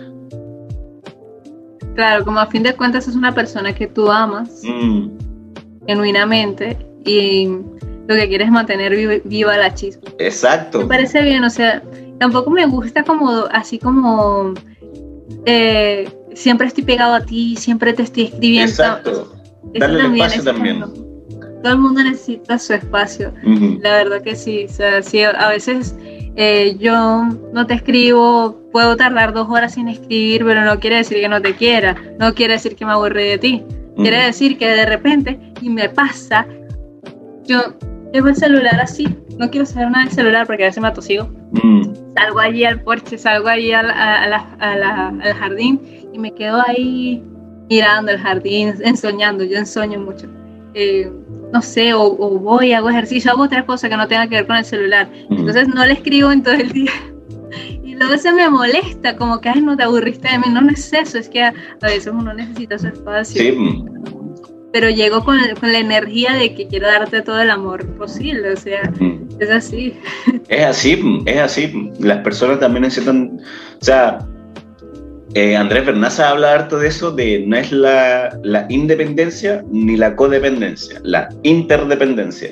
Claro, como a fin de cuentas es una persona que tú amas, mm. genuinamente, y... lo que quieres es mantener viva, viva la chispa. Exacto. Me parece bien, o sea, tampoco me gusta como, así como, eh, siempre estoy pegado a ti, siempre te estoy escribiendo. Exacto. Darle el espacio también. Como, todo el mundo necesita su espacio. Uh-huh. La verdad que sí, o sea, sí, a veces eh, yo no te escribo, puedo tardar dos horas sin escribir, pero no quiere decir que no te quiera, no quiere decir que me aburrí de ti, uh-huh. quiere decir que de repente, y me pasa, yo... llevo el celular así, no quiero saber nada del celular porque a veces me atosigo. Mm. Salgo allí al porche, salgo allí a la, a la, a la, al jardín y me quedo ahí mirando el jardín, ensoñando, yo ensueño mucho. Eh, no sé, o, o voy, hago ejercicio, hago otra cosa que no tenga que ver con el celular. Mm. Entonces no le escribo en todo el día. Y luego se me molesta, como que, ay, no te aburriste de mí. No, no es eso, es que a, a veces uno necesita su espacio. Sí. Pero llego con, con la energía de que quiero darte todo el amor posible, o sea, mm. es así. Es así, es así. Las personas también necesitan, o sea, eh, Andrés Bernaza habla harto de eso, de no es la, la independencia ni la codependencia, la interdependencia.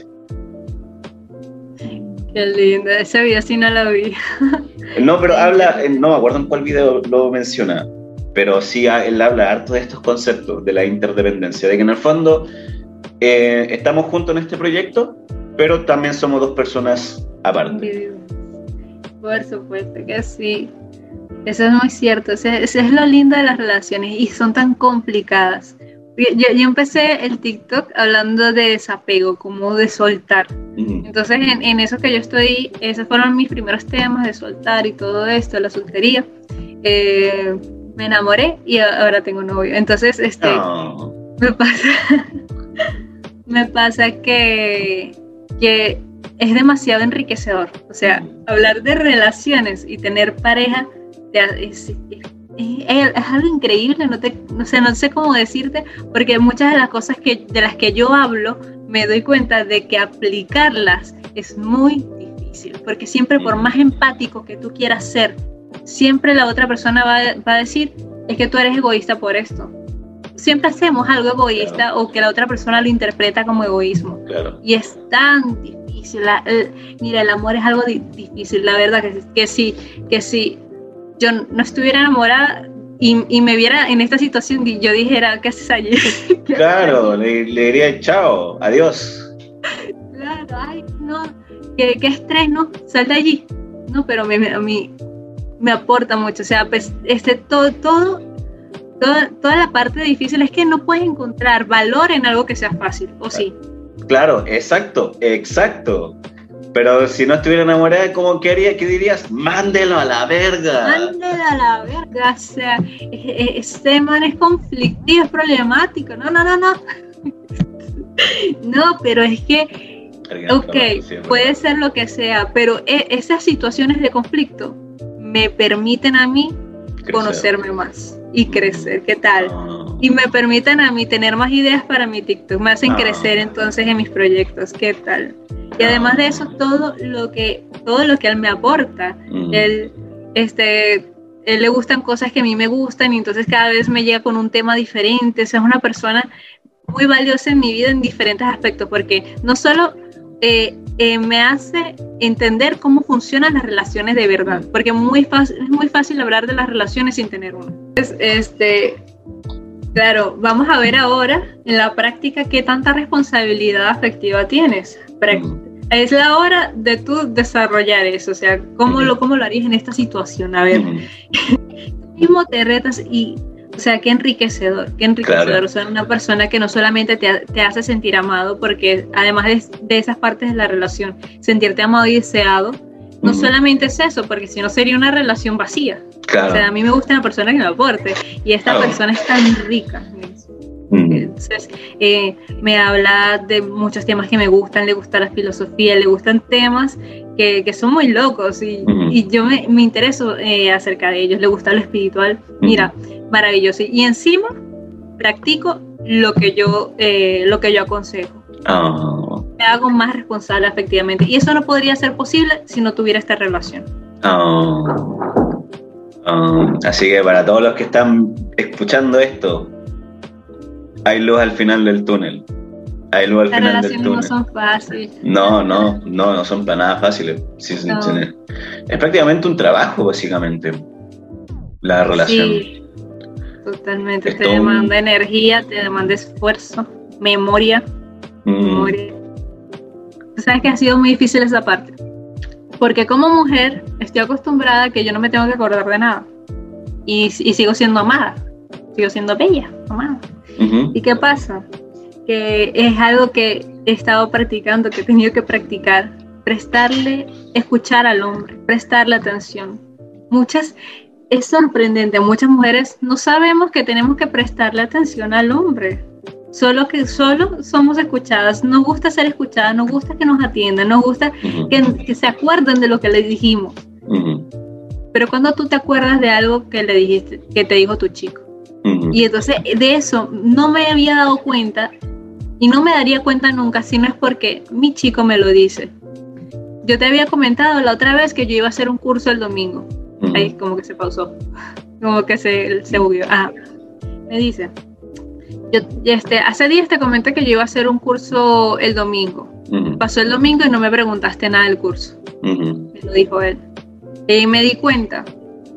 Qué lindo, ese video sí no lo vi. No, pero habla, no me acuerdo en cuál video lo menciona, pero sí él habla harto de estos conceptos, de la interdependencia, de que en el fondo eh, estamos juntos en este proyecto, pero también somos dos personas aparte. Por supuesto que sí, eso es muy cierto, ese, ese es lo lindo de las relaciones y son tan complicadas, Yo, yo empecé el TikTok hablando de desapego, como de soltar. Uh-huh. Entonces, en, en eso que yo estoy, esos fueron mis primeros temas de soltar y todo esto, la soltería. Eh, me enamoré y ahora tengo novio. Entonces, este, oh. me pasa, me pasa que, que es demasiado enriquecedor. O sea, uh-huh. hablar de relaciones y tener pareja es, es, Es, es algo increíble, no, te, no, sé, no sé cómo decirte, porque muchas de las cosas que, de las que yo hablo me doy cuenta de que aplicarlas es muy difícil, porque siempre por más empático que tú quieras ser, siempre la otra persona va, va a decir, es que tú eres egoísta por esto. Siempre hacemos algo egoísta, claro, o que la otra persona lo interpreta como egoísmo. Claro. Y es tan difícil. La, el, mira, el amor es algo di, difícil, la verdad que, que sí, que sí. Yo no estuviera enamorada y, y me viera en esta situación y yo dijera, ¿qué haces allí? ¿Qué claro, haces allí? Le, le diría chao, adiós. Claro, ay, no, qué, qué estrés, ¿no? Sal de allí. No, pero a mí, a mí me aporta mucho, o sea, pues, este, todo, todo, toda, toda la parte difícil es que no puedes encontrar valor en algo que sea fácil, ¿o sí? Claro, exacto, exacto. Pero si no estuviera enamorada, ¿cómo que haría? ¿Qué dirías? ¡Mándelo a la verga! ¡Mándelo a la verga! O sea, este man es conflictivo, es problemático. No, no, no, no. No, pero es que, ok, puede ser lo que sea, pero esas situaciones de conflicto me permiten a mí crecer, conocerme más y crecer. ¿Qué tal? Oh. Y me permiten a mí tener más ideas para mi TikTok, me hacen oh. crecer entonces en mis proyectos. ¿Qué tal? Y además de eso, todo lo que, todo lo que él me aporta, mm. él, este, él le gustan cosas que a mí me gustan y entonces cada vez me llega con un tema diferente. O sea, es una persona muy valiosa en mi vida en diferentes aspectos, porque no solo eh, eh, me hace entender cómo funcionan las relaciones de verdad, porque muy fácil, es muy fácil hablar de las relaciones sin tener una. Entonces, este, claro, vamos a ver ahora en la práctica qué tanta responsabilidad afectiva tienes. Mm. Es la hora de tú desarrollar eso, o sea, ¿cómo, mm. lo, cómo lo harías en esta situación? A ver, mm. tú mismo te retas y, o sea, qué enriquecedor, qué enriquecedor, claro. O sea, una persona que no solamente te, te hace sentir amado, porque además de, de esas partes de la relación, sentirte amado y deseado, no mm. solamente es eso, porque si no sería una relación vacía. Claro. O sea, a mí me gusta una persona que me aporte, y esta claro. persona es tan rica. Entonces, eh, me habla de muchos temas que me gustan, le gusta la filosofía, le gustan temas que, que son muy locos y, uh-huh. y yo me, me intereso eh, acerca de ellos, le gusta lo espiritual, uh-huh. mira, maravilloso. Y encima practico lo que yo, eh, lo que yo aconsejo. Oh. Me hago más responsable efectivamente. Y eso no podría ser posible si no tuviera esta relación. Oh. Oh. Así que para todos los que están escuchando esto, hay luz al final del túnel. Hay luz al Las final del túnel. No son fáciles. No, no, no, no son para nada fáciles. Sí, no. sí, sí. Es prácticamente un trabajo, básicamente, la relación. Sí, totalmente. Es te demanda un... energía, te demanda esfuerzo, memoria. Mm. memoria. Tú sabes que ha sido muy difícil esa parte. Porque como mujer estoy acostumbrada a que yo no me tengo que acordar de nada. Y, y sigo siendo amada. Sigo siendo bella, amada. Uh-huh. ¿Y qué pasa? Que es algo que he estado practicando, que he tenido que practicar, prestarle, escuchar al hombre, prestarle atención. Muchas, es sorprendente, muchas mujeres no sabemos que tenemos que prestarle atención al hombre, solo que solo somos escuchadas, nos gusta ser escuchadas, nos gusta que nos atiendan, nos gusta uh-huh. que, que se acuerden de lo que le dijimos. Uh-huh. Pero cuando tú te acuerdas de algo que le dijiste, que te dijo tu chico, uh-huh. y entonces de eso no me había dado cuenta y no me daría cuenta nunca si no es porque mi chico me lo dice. Yo te había comentado la otra vez que yo iba a hacer un curso el domingo. Uh-huh. Ahí como que se pausó, como que se, se bugueó. Ah, me dice, yo, este, hace días te comenté que yo iba a hacer un curso el domingo. Uh-huh. Pasó el domingo y no me preguntaste nada del curso. Uh-huh. Me lo dijo él. Y me di cuenta,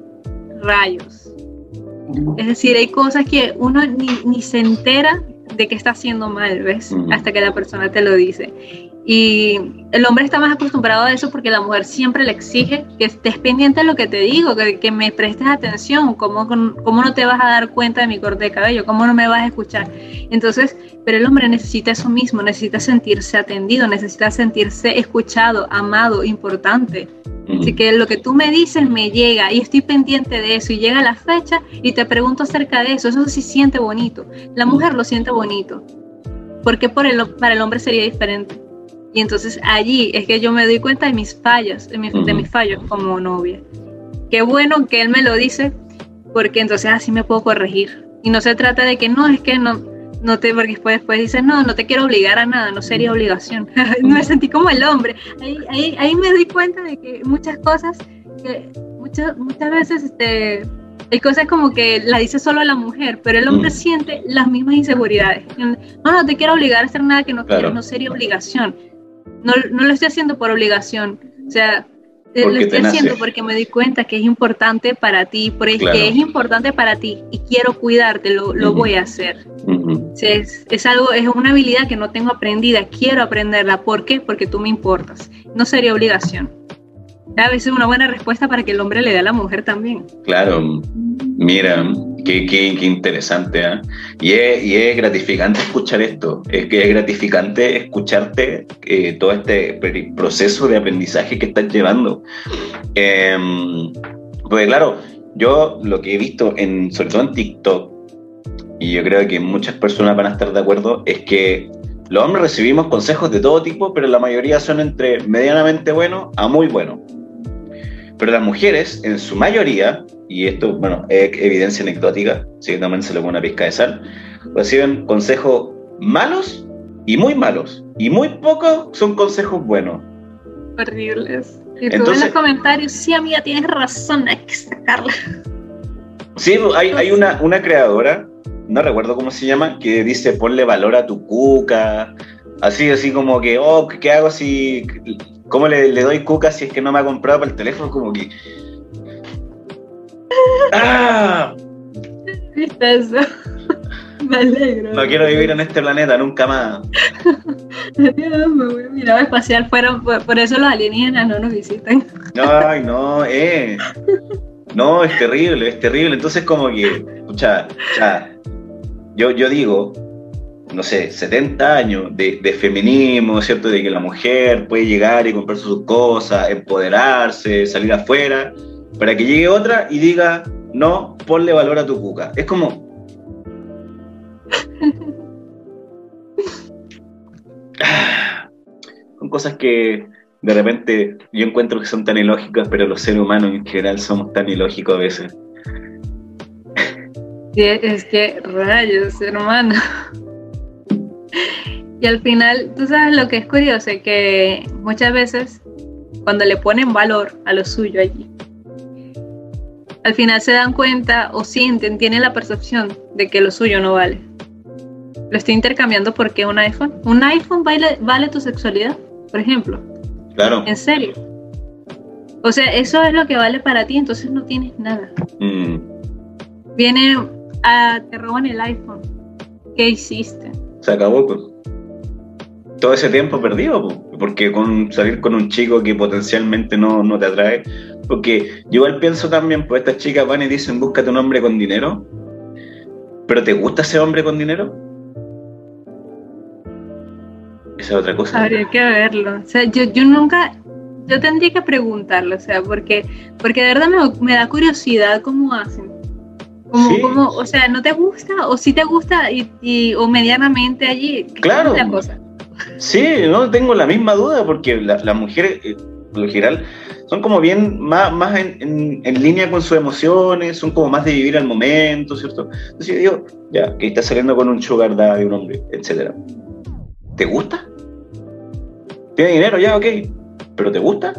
rayos. Es decir, hay cosas que uno ni, ni se entera de que está haciendo mal, ¿ves? Uh-huh. Hasta que la persona te lo dice. Y el hombre está más acostumbrado a eso porque la mujer siempre le exige que estés pendiente de lo que te digo, que, que me prestes atención, ¿cómo, cómo no te vas a dar cuenta de mi corte de cabello, cómo no me vas a escuchar. Entonces, pero el hombre necesita eso mismo, necesita sentirse atendido, necesita sentirse escuchado, amado, importante. Uh-huh. Así que lo que tú me dices me llega y estoy pendiente de eso y llega la fecha y te pregunto acerca de eso, eso sí siente bonito. La mujer lo siente bonito, porque por el, para el hombre sería diferente. Y entonces allí es que yo me doy cuenta de mis fallas, de, mi, uh-huh. de mis fallos como novia. Qué bueno que él me lo dice, porque entonces así me puedo corregir. Y no se trata de que no, es que no, no te, porque después, después dices, no, no te quiero obligar a nada, no sería obligación. Me sentí como el hombre. Ahí, ahí, ahí me doy cuenta de que muchas cosas, que muchas, muchas veces este, hay cosas como que la dice solo la mujer, pero el hombre uh-huh. siente las mismas inseguridades. No, no te quiero obligar a hacer nada que no claro. quieres, no sería obligación. No, no lo estoy haciendo por obligación, o sea, porque lo estoy haciendo porque me di cuenta que es importante para ti, porque claro. es importante para ti y quiero cuidarte, lo, lo uh-huh. voy a hacer. Uh-huh. O sea, es, es algo, es una habilidad que no tengo aprendida, quiero aprenderla. ¿Por qué? Porque tú me importas. No sería obligación. A veces una buena respuesta para que el hombre le dé a la mujer también. Claro, mira, qué, qué, qué interesante, ¿eh? Y es, y es gratificante escuchar esto, es que es gratificante escucharte eh, todo este proceso de aprendizaje que estás llevando. Eh, pues claro, yo lo que he visto, en, sobre todo en TikTok, y yo creo que muchas personas van a estar de acuerdo, es que los hombres recibimos consejos de todo tipo, pero la mayoría son entre medianamente buenos a muy buenos. Pero las mujeres, en su mayoría, y esto, bueno, es evidencia anecdótica, así que también se le pone una pizca de sal, reciben consejos malos y muy malos, y muy pocos son consejos buenos. Horribles. Y tú Entonces, en los comentarios, sí, amiga, tienes razón, hay que sacarla. Sí, hay, hay una, una creadora, no recuerdo cómo se llama, que dice, ponle valor a tu cuca, así, así como que, oh, ¿qué hago si... ¿Cómo le, le doy cuca si es que no me ha comprado para el teléfono? Como que... ¡Ah! ¿Viste eso? Me alegro. No quiero vivir en este planeta, nunca más. Dios, me voy a mirar espacial. Fueron, por, por eso los alienígenas no nos visitan. Ay, no, eh. No, es terrible, es terrible. Entonces como que, escucha, ya, yo, yo digo... no sé, setenta años de, de feminismo, ¿cierto? De que la mujer puede llegar y comprar sus cosas, empoderarse, salir afuera, para que llegue otra y diga, no, ponle valor a tu cuca. Es como... Son cosas que de repente yo encuentro que son tan ilógicas, pero los seres humanos en general somos tan ilógicos a veces. Sí, es que rayos, hermano. Y al final, tú sabes lo que es curioso, que muchas veces cuando le ponen valor a lo suyo allí, al final se dan cuenta o sienten, tienen la percepción de que lo suyo no vale. Lo estoy intercambiando porque un iPhone, un iPhone vale, vale tu sexualidad, por ejemplo. Claro. En serio. O sea, eso es lo que vale para ti, entonces no tienes nada. Mm. Viene a, te roban el iPhone. ¿Qué hiciste? Se acabó, pues. Todo ese tiempo perdido, pues. Porque con salir con un chico que potencialmente no, no te atrae, porque yo igual pienso también, pues estas chicas van y dicen, búscate un hombre con dinero, pero ¿te gusta ese hombre con dinero? Esa es otra cosa. Habría que verlo. O sea, yo, yo nunca, yo tendría que preguntarlo, o sea, porque, porque de verdad me, me da curiosidad cómo hacen. Como, sí. como, o sea, ¿no te gusta? ¿O sí te gusta y, y, o medianamente allí? Claro. Es la cosa. Sí, no tengo la misma duda, porque las la mujeres, eh, por lo general, son como bien más, más en, en, en línea con sus emociones, son como más de vivir al momento, ¿cierto? Entonces yo digo, ya, que estás saliendo con un sugar daddy, un hombre, etcétera. ¿Te gusta? ¿Tiene dinero? Ya, ok. ¿Pero te gusta?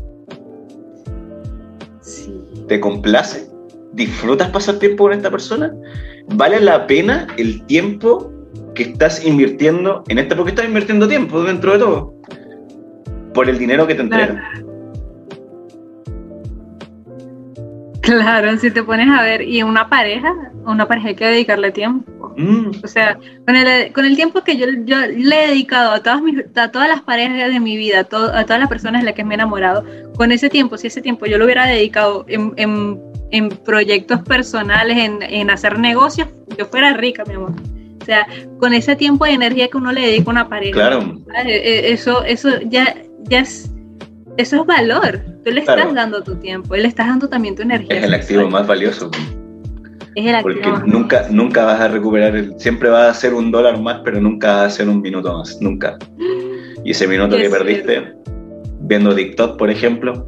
Sí. ¿Te complace? ¿Disfrutas pasar tiempo con esta persona? ¿Vale la pena el tiempo que estás invirtiendo en esta? Porque estás invirtiendo tiempo dentro de todo por el dinero que te entrega. Claro, Claro, si te pones a ver, y una pareja, una pareja hay que dedicarle tiempo. Mm. O sea, con el, con el tiempo que yo, yo le he dedicado a todas, mis, a todas las parejas de mi vida, a, to, a todas las personas de las que me he enamorado, con ese tiempo, si ese tiempo yo lo hubiera dedicado en, en, en proyectos personales, en, en hacer negocios, yo fuera rica, mi amor. O sea, con ese tiempo de energía que uno le dedica a una pareja, claro. eso, eso ya, ya es, eso es valor. Tú le claro. estás dando tu tiempo, y le estás dando también tu energía. Es el activo más valioso. Es el activo Porque más nunca, valioso. nunca vas a recuperar, el, siempre vas a hacer un dólar más, pero nunca vas a hacer un minuto más, nunca. Y ese minuto que perdiste, cierto. Viendo TikTok, por ejemplo,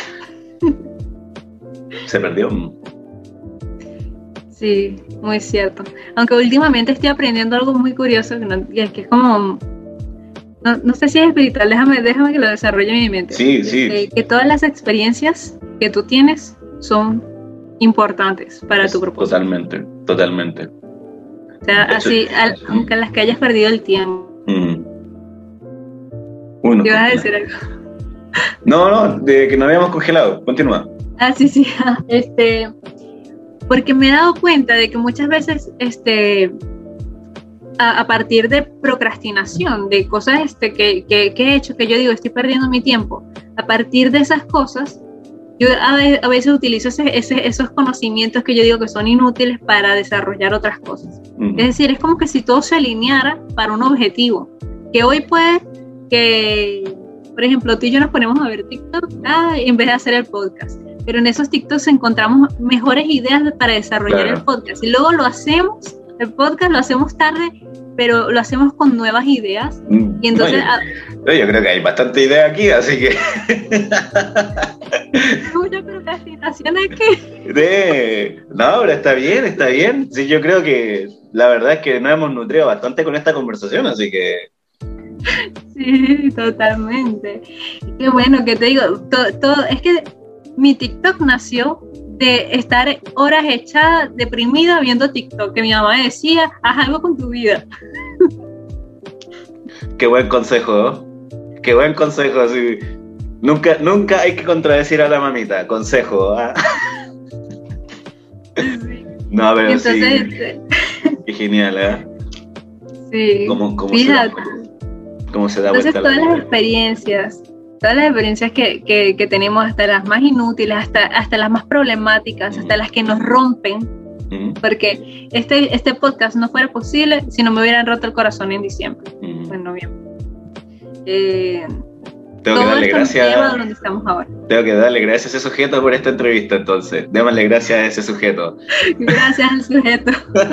se perdió. Sí, muy cierto. Aunque últimamente estoy aprendiendo algo muy curioso, que, no, que es que es como... No, no sé si es espiritual, déjame, déjame que lo desarrolle en mi mente. Sí, sí. Que, que todas las experiencias que tú tienes son importantes para es, tu propósito. Totalmente, totalmente. O sea, así, al, aunque las que hayas perdido el tiempo. Mm. Uno. ¿Te vas a decir algo? No, no, de que nos habíamos congelado. Continúa. Ah, sí, sí. Este, porque me he dado cuenta de que muchas veces, este... A, a partir de procrastinación, de cosas este, que, que, que he hecho, que yo digo, estoy perdiendo mi tiempo, a partir de esas cosas, yo a, a veces utilizo ese, ese, esos conocimientos que yo digo que son inútiles para desarrollar otras cosas. Uh-huh. Es decir, es como que si todo se alineara para un objetivo, que hoy puede que, por ejemplo, tú y yo nos ponemos a ver TikTok ah, en vez de hacer el podcast, pero en esos TikToks encontramos mejores ideas para desarrollar claro. el podcast, y luego lo hacemos. El podcast lo hacemos tarde, pero lo hacemos con nuevas ideas. Y entonces, no, yo, yo creo que hay bastante idea aquí, así que... Mucha procrastinación aquí. De... No, pero está bien, está bien. Sí, yo creo que la verdad es que nos hemos nutrido bastante con esta conversación, así que... Sí, totalmente. Qué bueno que te digo, todo, todo, es que mi TikTok nació de estar horas echada, deprimida, viendo TikTok, que mi mamá decía, haz algo con tu vida. Qué buen consejo, ¿eh? Qué buen consejo, sí. Nunca, nunca hay que contradecir a la mamita, consejo, ¿eh? Sí. No, pero entonces, sí, este... qué genial, ¿eh? Sí, ¿Cómo, cómo fíjate. Se da, cómo se da entonces vuelta todas la las experiencias todas las experiencias que, que, que tenemos, hasta las más inútiles, hasta, hasta las más problemáticas, mm. hasta las que nos rompen, mm. porque este, este podcast no fuera posible si no me hubieran roto el corazón en diciembre, mm. o en noviembre. Eh, tengo que darle gracias a donde estamos ahora. Tengo que darle gracias a ese sujeto por esta entrevista, entonces. Démosle gracias a ese sujeto. Gracias al sujeto.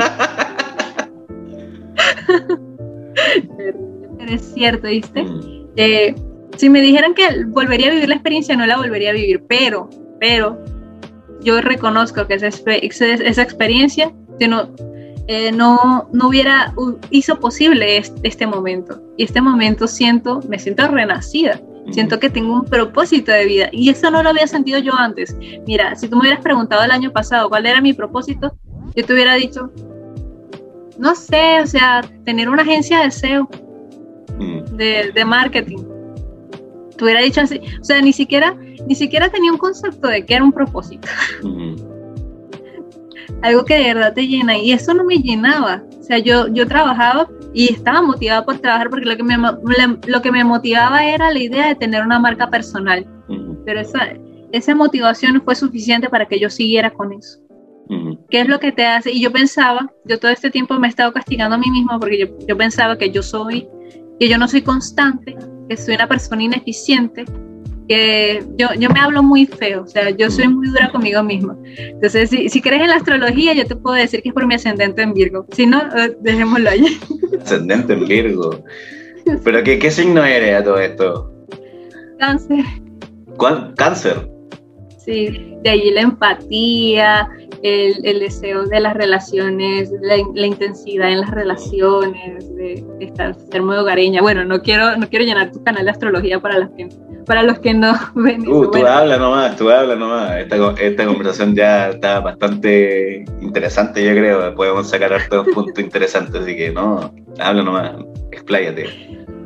Pero es cierto, ¿viste? Mm. Eh, Si me dijeran que volvería a vivir la experiencia, no la volvería a vivir, pero, pero yo reconozco que esa, esa experiencia que no, eh, no, no hubiera, hizo posible este, este momento. Y este momento siento, me siento renacida, uh-huh. siento que tengo un propósito de vida. Y eso no lo había sentido yo antes. Mira, si tú me hubieras preguntado el año pasado cuál era mi propósito, yo te hubiera dicho, no sé, o sea, tener una agencia de S E O, uh-huh. de, de marketing. Te hubiera dicho así, o sea, ni siquiera, ni siquiera tenía un concepto de que era un propósito. Uh-huh. Algo que de verdad te llena, y eso no me llenaba. O sea, yo, yo trabajaba y estaba motivada por trabajar porque lo que me, lo que me motivaba era la idea de tener una marca personal. Uh-huh. Pero esa, esa motivación no fue suficiente para que yo siguiera con eso. Uh-huh. ¿Qué es lo que te hace? Y yo pensaba, yo todo este tiempo me he estado castigando a mí misma porque yo, yo pensaba que yo soy, que yo no soy constante, que soy una persona ineficiente, que yo, yo me hablo muy feo, o sea, yo soy muy dura conmigo misma. Entonces, si, si crees en la astrología, yo te puedo decir que es por mi ascendente en Virgo. Si no, dejémoslo allí. Ascendente en Virgo. ¿Pero qué, qué signo eres a todo esto? Cáncer. ¿Cuál? ¿Cáncer? Sí, de allí la empatía, el, el deseo de las relaciones, la, la intensidad en las relaciones, de, de estar, ser muy hogareña. Bueno, no quiero, no quiero llenar tu canal de astrología para los que, para los que no ven. Uh, eso. tú Bueno. habla nomás, tú habla nomás. Esta, esta conversación ya está bastante interesante, yo creo. Podemos sacar hartos puntos interesantes, así que no, habla nomás, expláyate.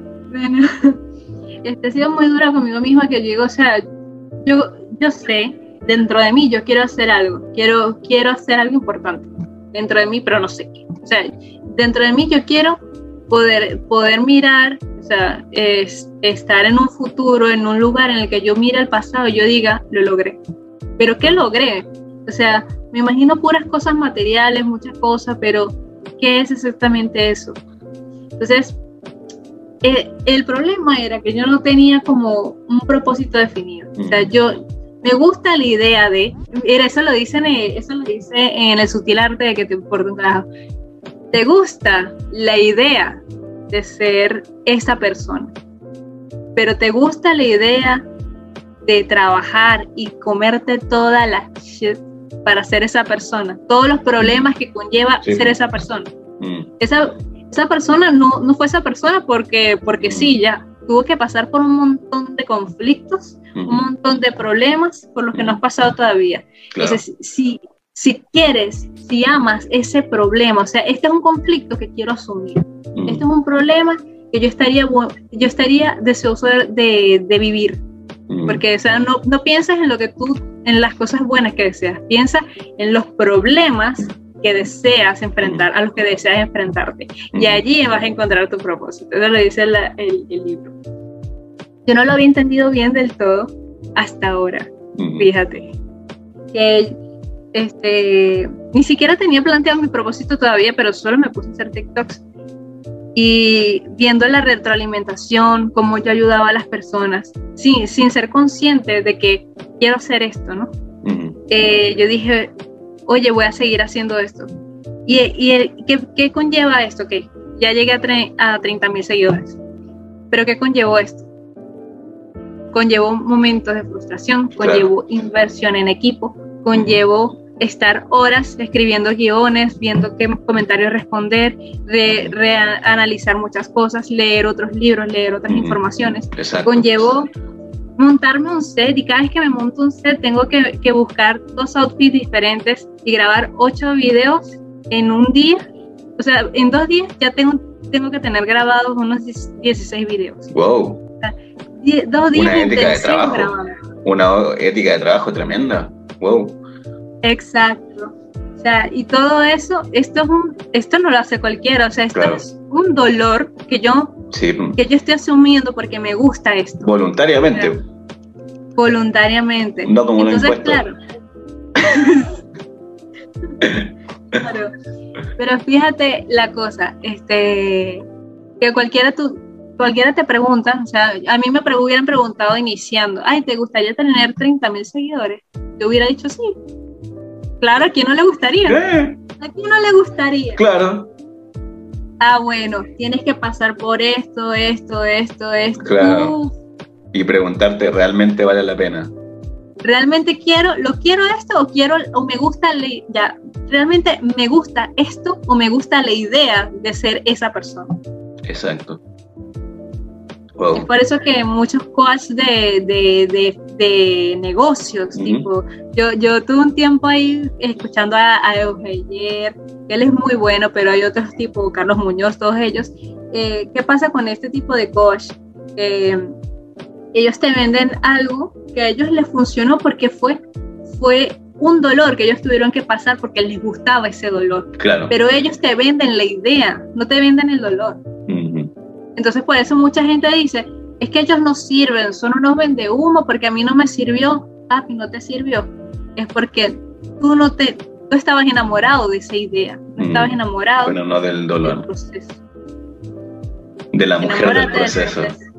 Bueno, este, he sido muy dura conmigo misma, que yo digo, o sea, yo, yo sé dentro de mí yo quiero hacer algo, quiero, quiero hacer algo importante dentro de mí, pero no sé qué. O sea, dentro de mí yo quiero poder, poder mirar, o sea, es, estar en un futuro, en un lugar en el que yo mire el pasado y yo diga, lo logré. ¿Pero qué logré? O sea, me imagino puras cosas materiales, muchas cosas, pero ¿qué es exactamente eso? Entonces, eh, el problema era que yo no tenía como un propósito definido. O sea, yo me gusta la idea de, eso lo dicen, eso lo dice en El sutil arte de que te importa un carajo. Te gusta la idea de ser esa persona, pero te gusta la idea de trabajar y comerte toda la shit para ser esa persona, todos los problemas que conlleva sí. ser esa persona. Mm. Esa, esa persona no, no fue esa persona porque, porque mm. sí, ya tuvo que pasar por un montón de conflictos, mm. un montón de problemas por los que no has pasado todavía. Claro. Entonces, si, si quieres, si amas ese problema, o sea, este es un conflicto que quiero asumir, mm. este es un problema que yo estaría, yo estaría deseoso de, de, de vivir. Porque, o sea, no, no piensas en lo que tú, en las cosas buenas que deseas, piensa en los problemas que deseas enfrentar, a los que deseas enfrentarte, y allí vas a encontrar tu propósito. Eso lo dice la, el, el libro. Yo no lo había entendido bien del todo hasta ahora, fíjate, que este, ni siquiera tenía planteado mi propósito todavía, pero solo me puse a hacer TikToks. Y viendo la retroalimentación, cómo yo ayudaba a las personas, sin, sin ser consciente de que quiero hacer esto, ¿no? Uh-huh. Eh, yo dije, oye, voy a seguir haciendo esto. ¿Y, y el, ¿qué, qué conlleva esto? Okay, ya llegué a, tre- a treinta mil seguidores. ¿Pero qué conllevó esto? Conllevó momentos de frustración, conllevó claro. inversión en equipo, conllevó estar horas escribiendo guiones, viendo qué comentarios responder, de reanalizar muchas cosas, leer otros libros, leer otras mm, informaciones. Exacto. Conllevó montarme un set, y cada vez que me monto un set tengo que, que buscar dos outfits diferentes y grabar ocho videos en un día. O sea, en dos días ya tengo, tengo que tener grabados unos dieciséis videos. Wow. O sea, die, dos días Una ética de trabajo. Grabando. Una ética de trabajo tremenda. Wow. Exacto. O sea, y todo eso, esto es un, esto no lo hace cualquiera, o sea, esto claro. es un dolor que yo, sí. que yo estoy asumiendo porque me gusta esto. Voluntariamente. Claro. Voluntariamente. No como Entonces, un impuesto. Claro. claro. Pero fíjate la cosa, este, que cualquiera tú, cualquiera te pregunta, o sea, a mí me pre- hubieran preguntado iniciando, ay, ¿te gustaría tener treinta mil seguidores? Yo hubiera dicho sí. Claro, ¿a quién no le gustaría? ¿Eh? ¿A quién no le gustaría? Claro. Ah, bueno, tienes que pasar por esto, esto, esto, esto. Claro. Uf. Y preguntarte, ¿realmente vale la pena? ¿Realmente quiero, lo quiero esto o quiero, o me gusta, la, ya, realmente me gusta esto o me gusta la idea de ser esa persona? Exacto. Wow. Es por eso que muchos coaches de, de, de, de negocios, uh-huh. tipo, yo, yo tuve un tiempo ahí escuchando a, a Eugenio, él es muy bueno, pero hay otros tipo, Carlos Muñoz, todos ellos. Eh, ¿Qué pasa con este tipo de coach? Eh, ellos te venden algo que a ellos les funcionó porque fue, fue un dolor que ellos tuvieron que pasar porque les gustaba ese dolor. Claro. Pero ellos te venden la idea, no te venden el dolor. Uh-huh. Entonces por eso mucha gente dice, es que ellos no sirven, son unos vendehumo porque a mí no me sirvió. Papi, no te sirvió. Es porque tú no te, tú estabas enamorado de esa idea, no mm. estabas enamorado bueno, no del dolor. Del proceso. De la mujer del proceso. Del proceso.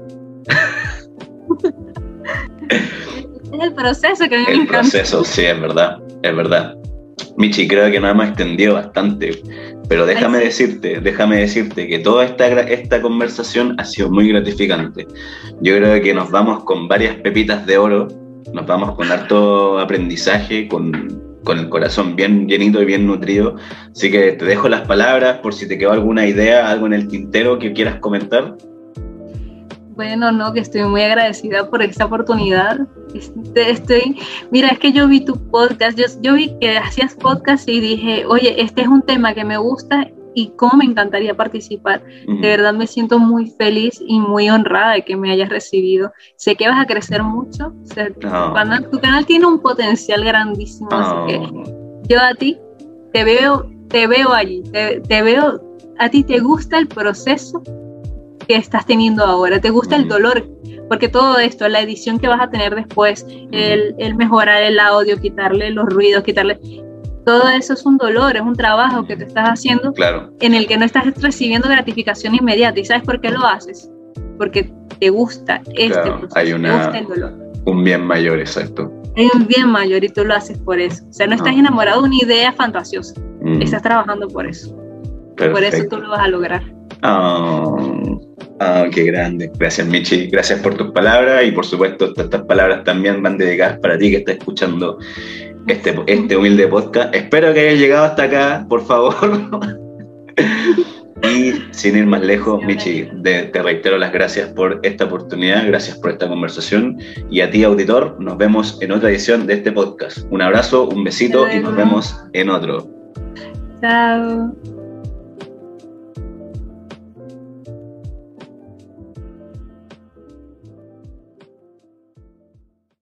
Es el proceso que a mí el me encanta. El proceso, sí, es verdad, es verdad. Michi, creo que nos hemos extendido bastante, pero déjame Ay, sí. decirte, déjame decirte que toda esta, esta conversación ha sido muy gratificante. Yo creo que nos vamos con varias pepitas de oro, nos vamos con harto aprendizaje, con, con el corazón bien llenito y bien nutrido, así que te dejo las palabras por si te quedó alguna idea, algo en el tintero que quieras comentar. Bueno, no, que estoy muy agradecida por esta oportunidad. Estoy, mira, es que yo vi tu podcast, yo, yo vi que hacías podcast y dije, oye, este es un tema que me gusta y cómo me encantaría participar. Uh-huh. De verdad me siento muy feliz y muy honrada de que me hayas recibido. Sé que vas a crecer mucho. O sea, oh. cuando, tu canal tiene un potencial grandísimo, oh. así que yo a ti te veo, te veo allí, te, te veo, a ti te gusta el proceso que estás teniendo ahora, te gusta uh-huh. el dolor, porque todo esto, la edición que vas a tener después, uh-huh. el, el mejorar el audio, quitarle los ruidos, quitarle... Todo eso es un dolor, es un trabajo que te estás haciendo, claro. en el que no estás recibiendo gratificación inmediata. ¿Y sabes por qué lo haces? Porque te gusta este claro, proceso, hay una, te gusta el dolor. Un bien mayor, exacto. Hay un bien mayor y tú lo haces por eso. O sea, no estás no. enamorado de una idea fantasiosa, mm. estás trabajando por eso. Perfecto. Por eso tú lo vas a lograr. Oh, oh, qué grande. Gracias, Michi. Gracias por tus palabras y por supuesto estas palabras también van dedicadas para ti que estás escuchando Este, este humilde podcast. Espero que hayas llegado hasta acá, por favor. Y sin ir más lejos, Michi, de, te reitero las gracias por esta oportunidad, gracias por esta conversación. Y a ti, auditor, nos vemos en otra edición de este podcast. Un abrazo, un besito y nos vemos en otro. Chao.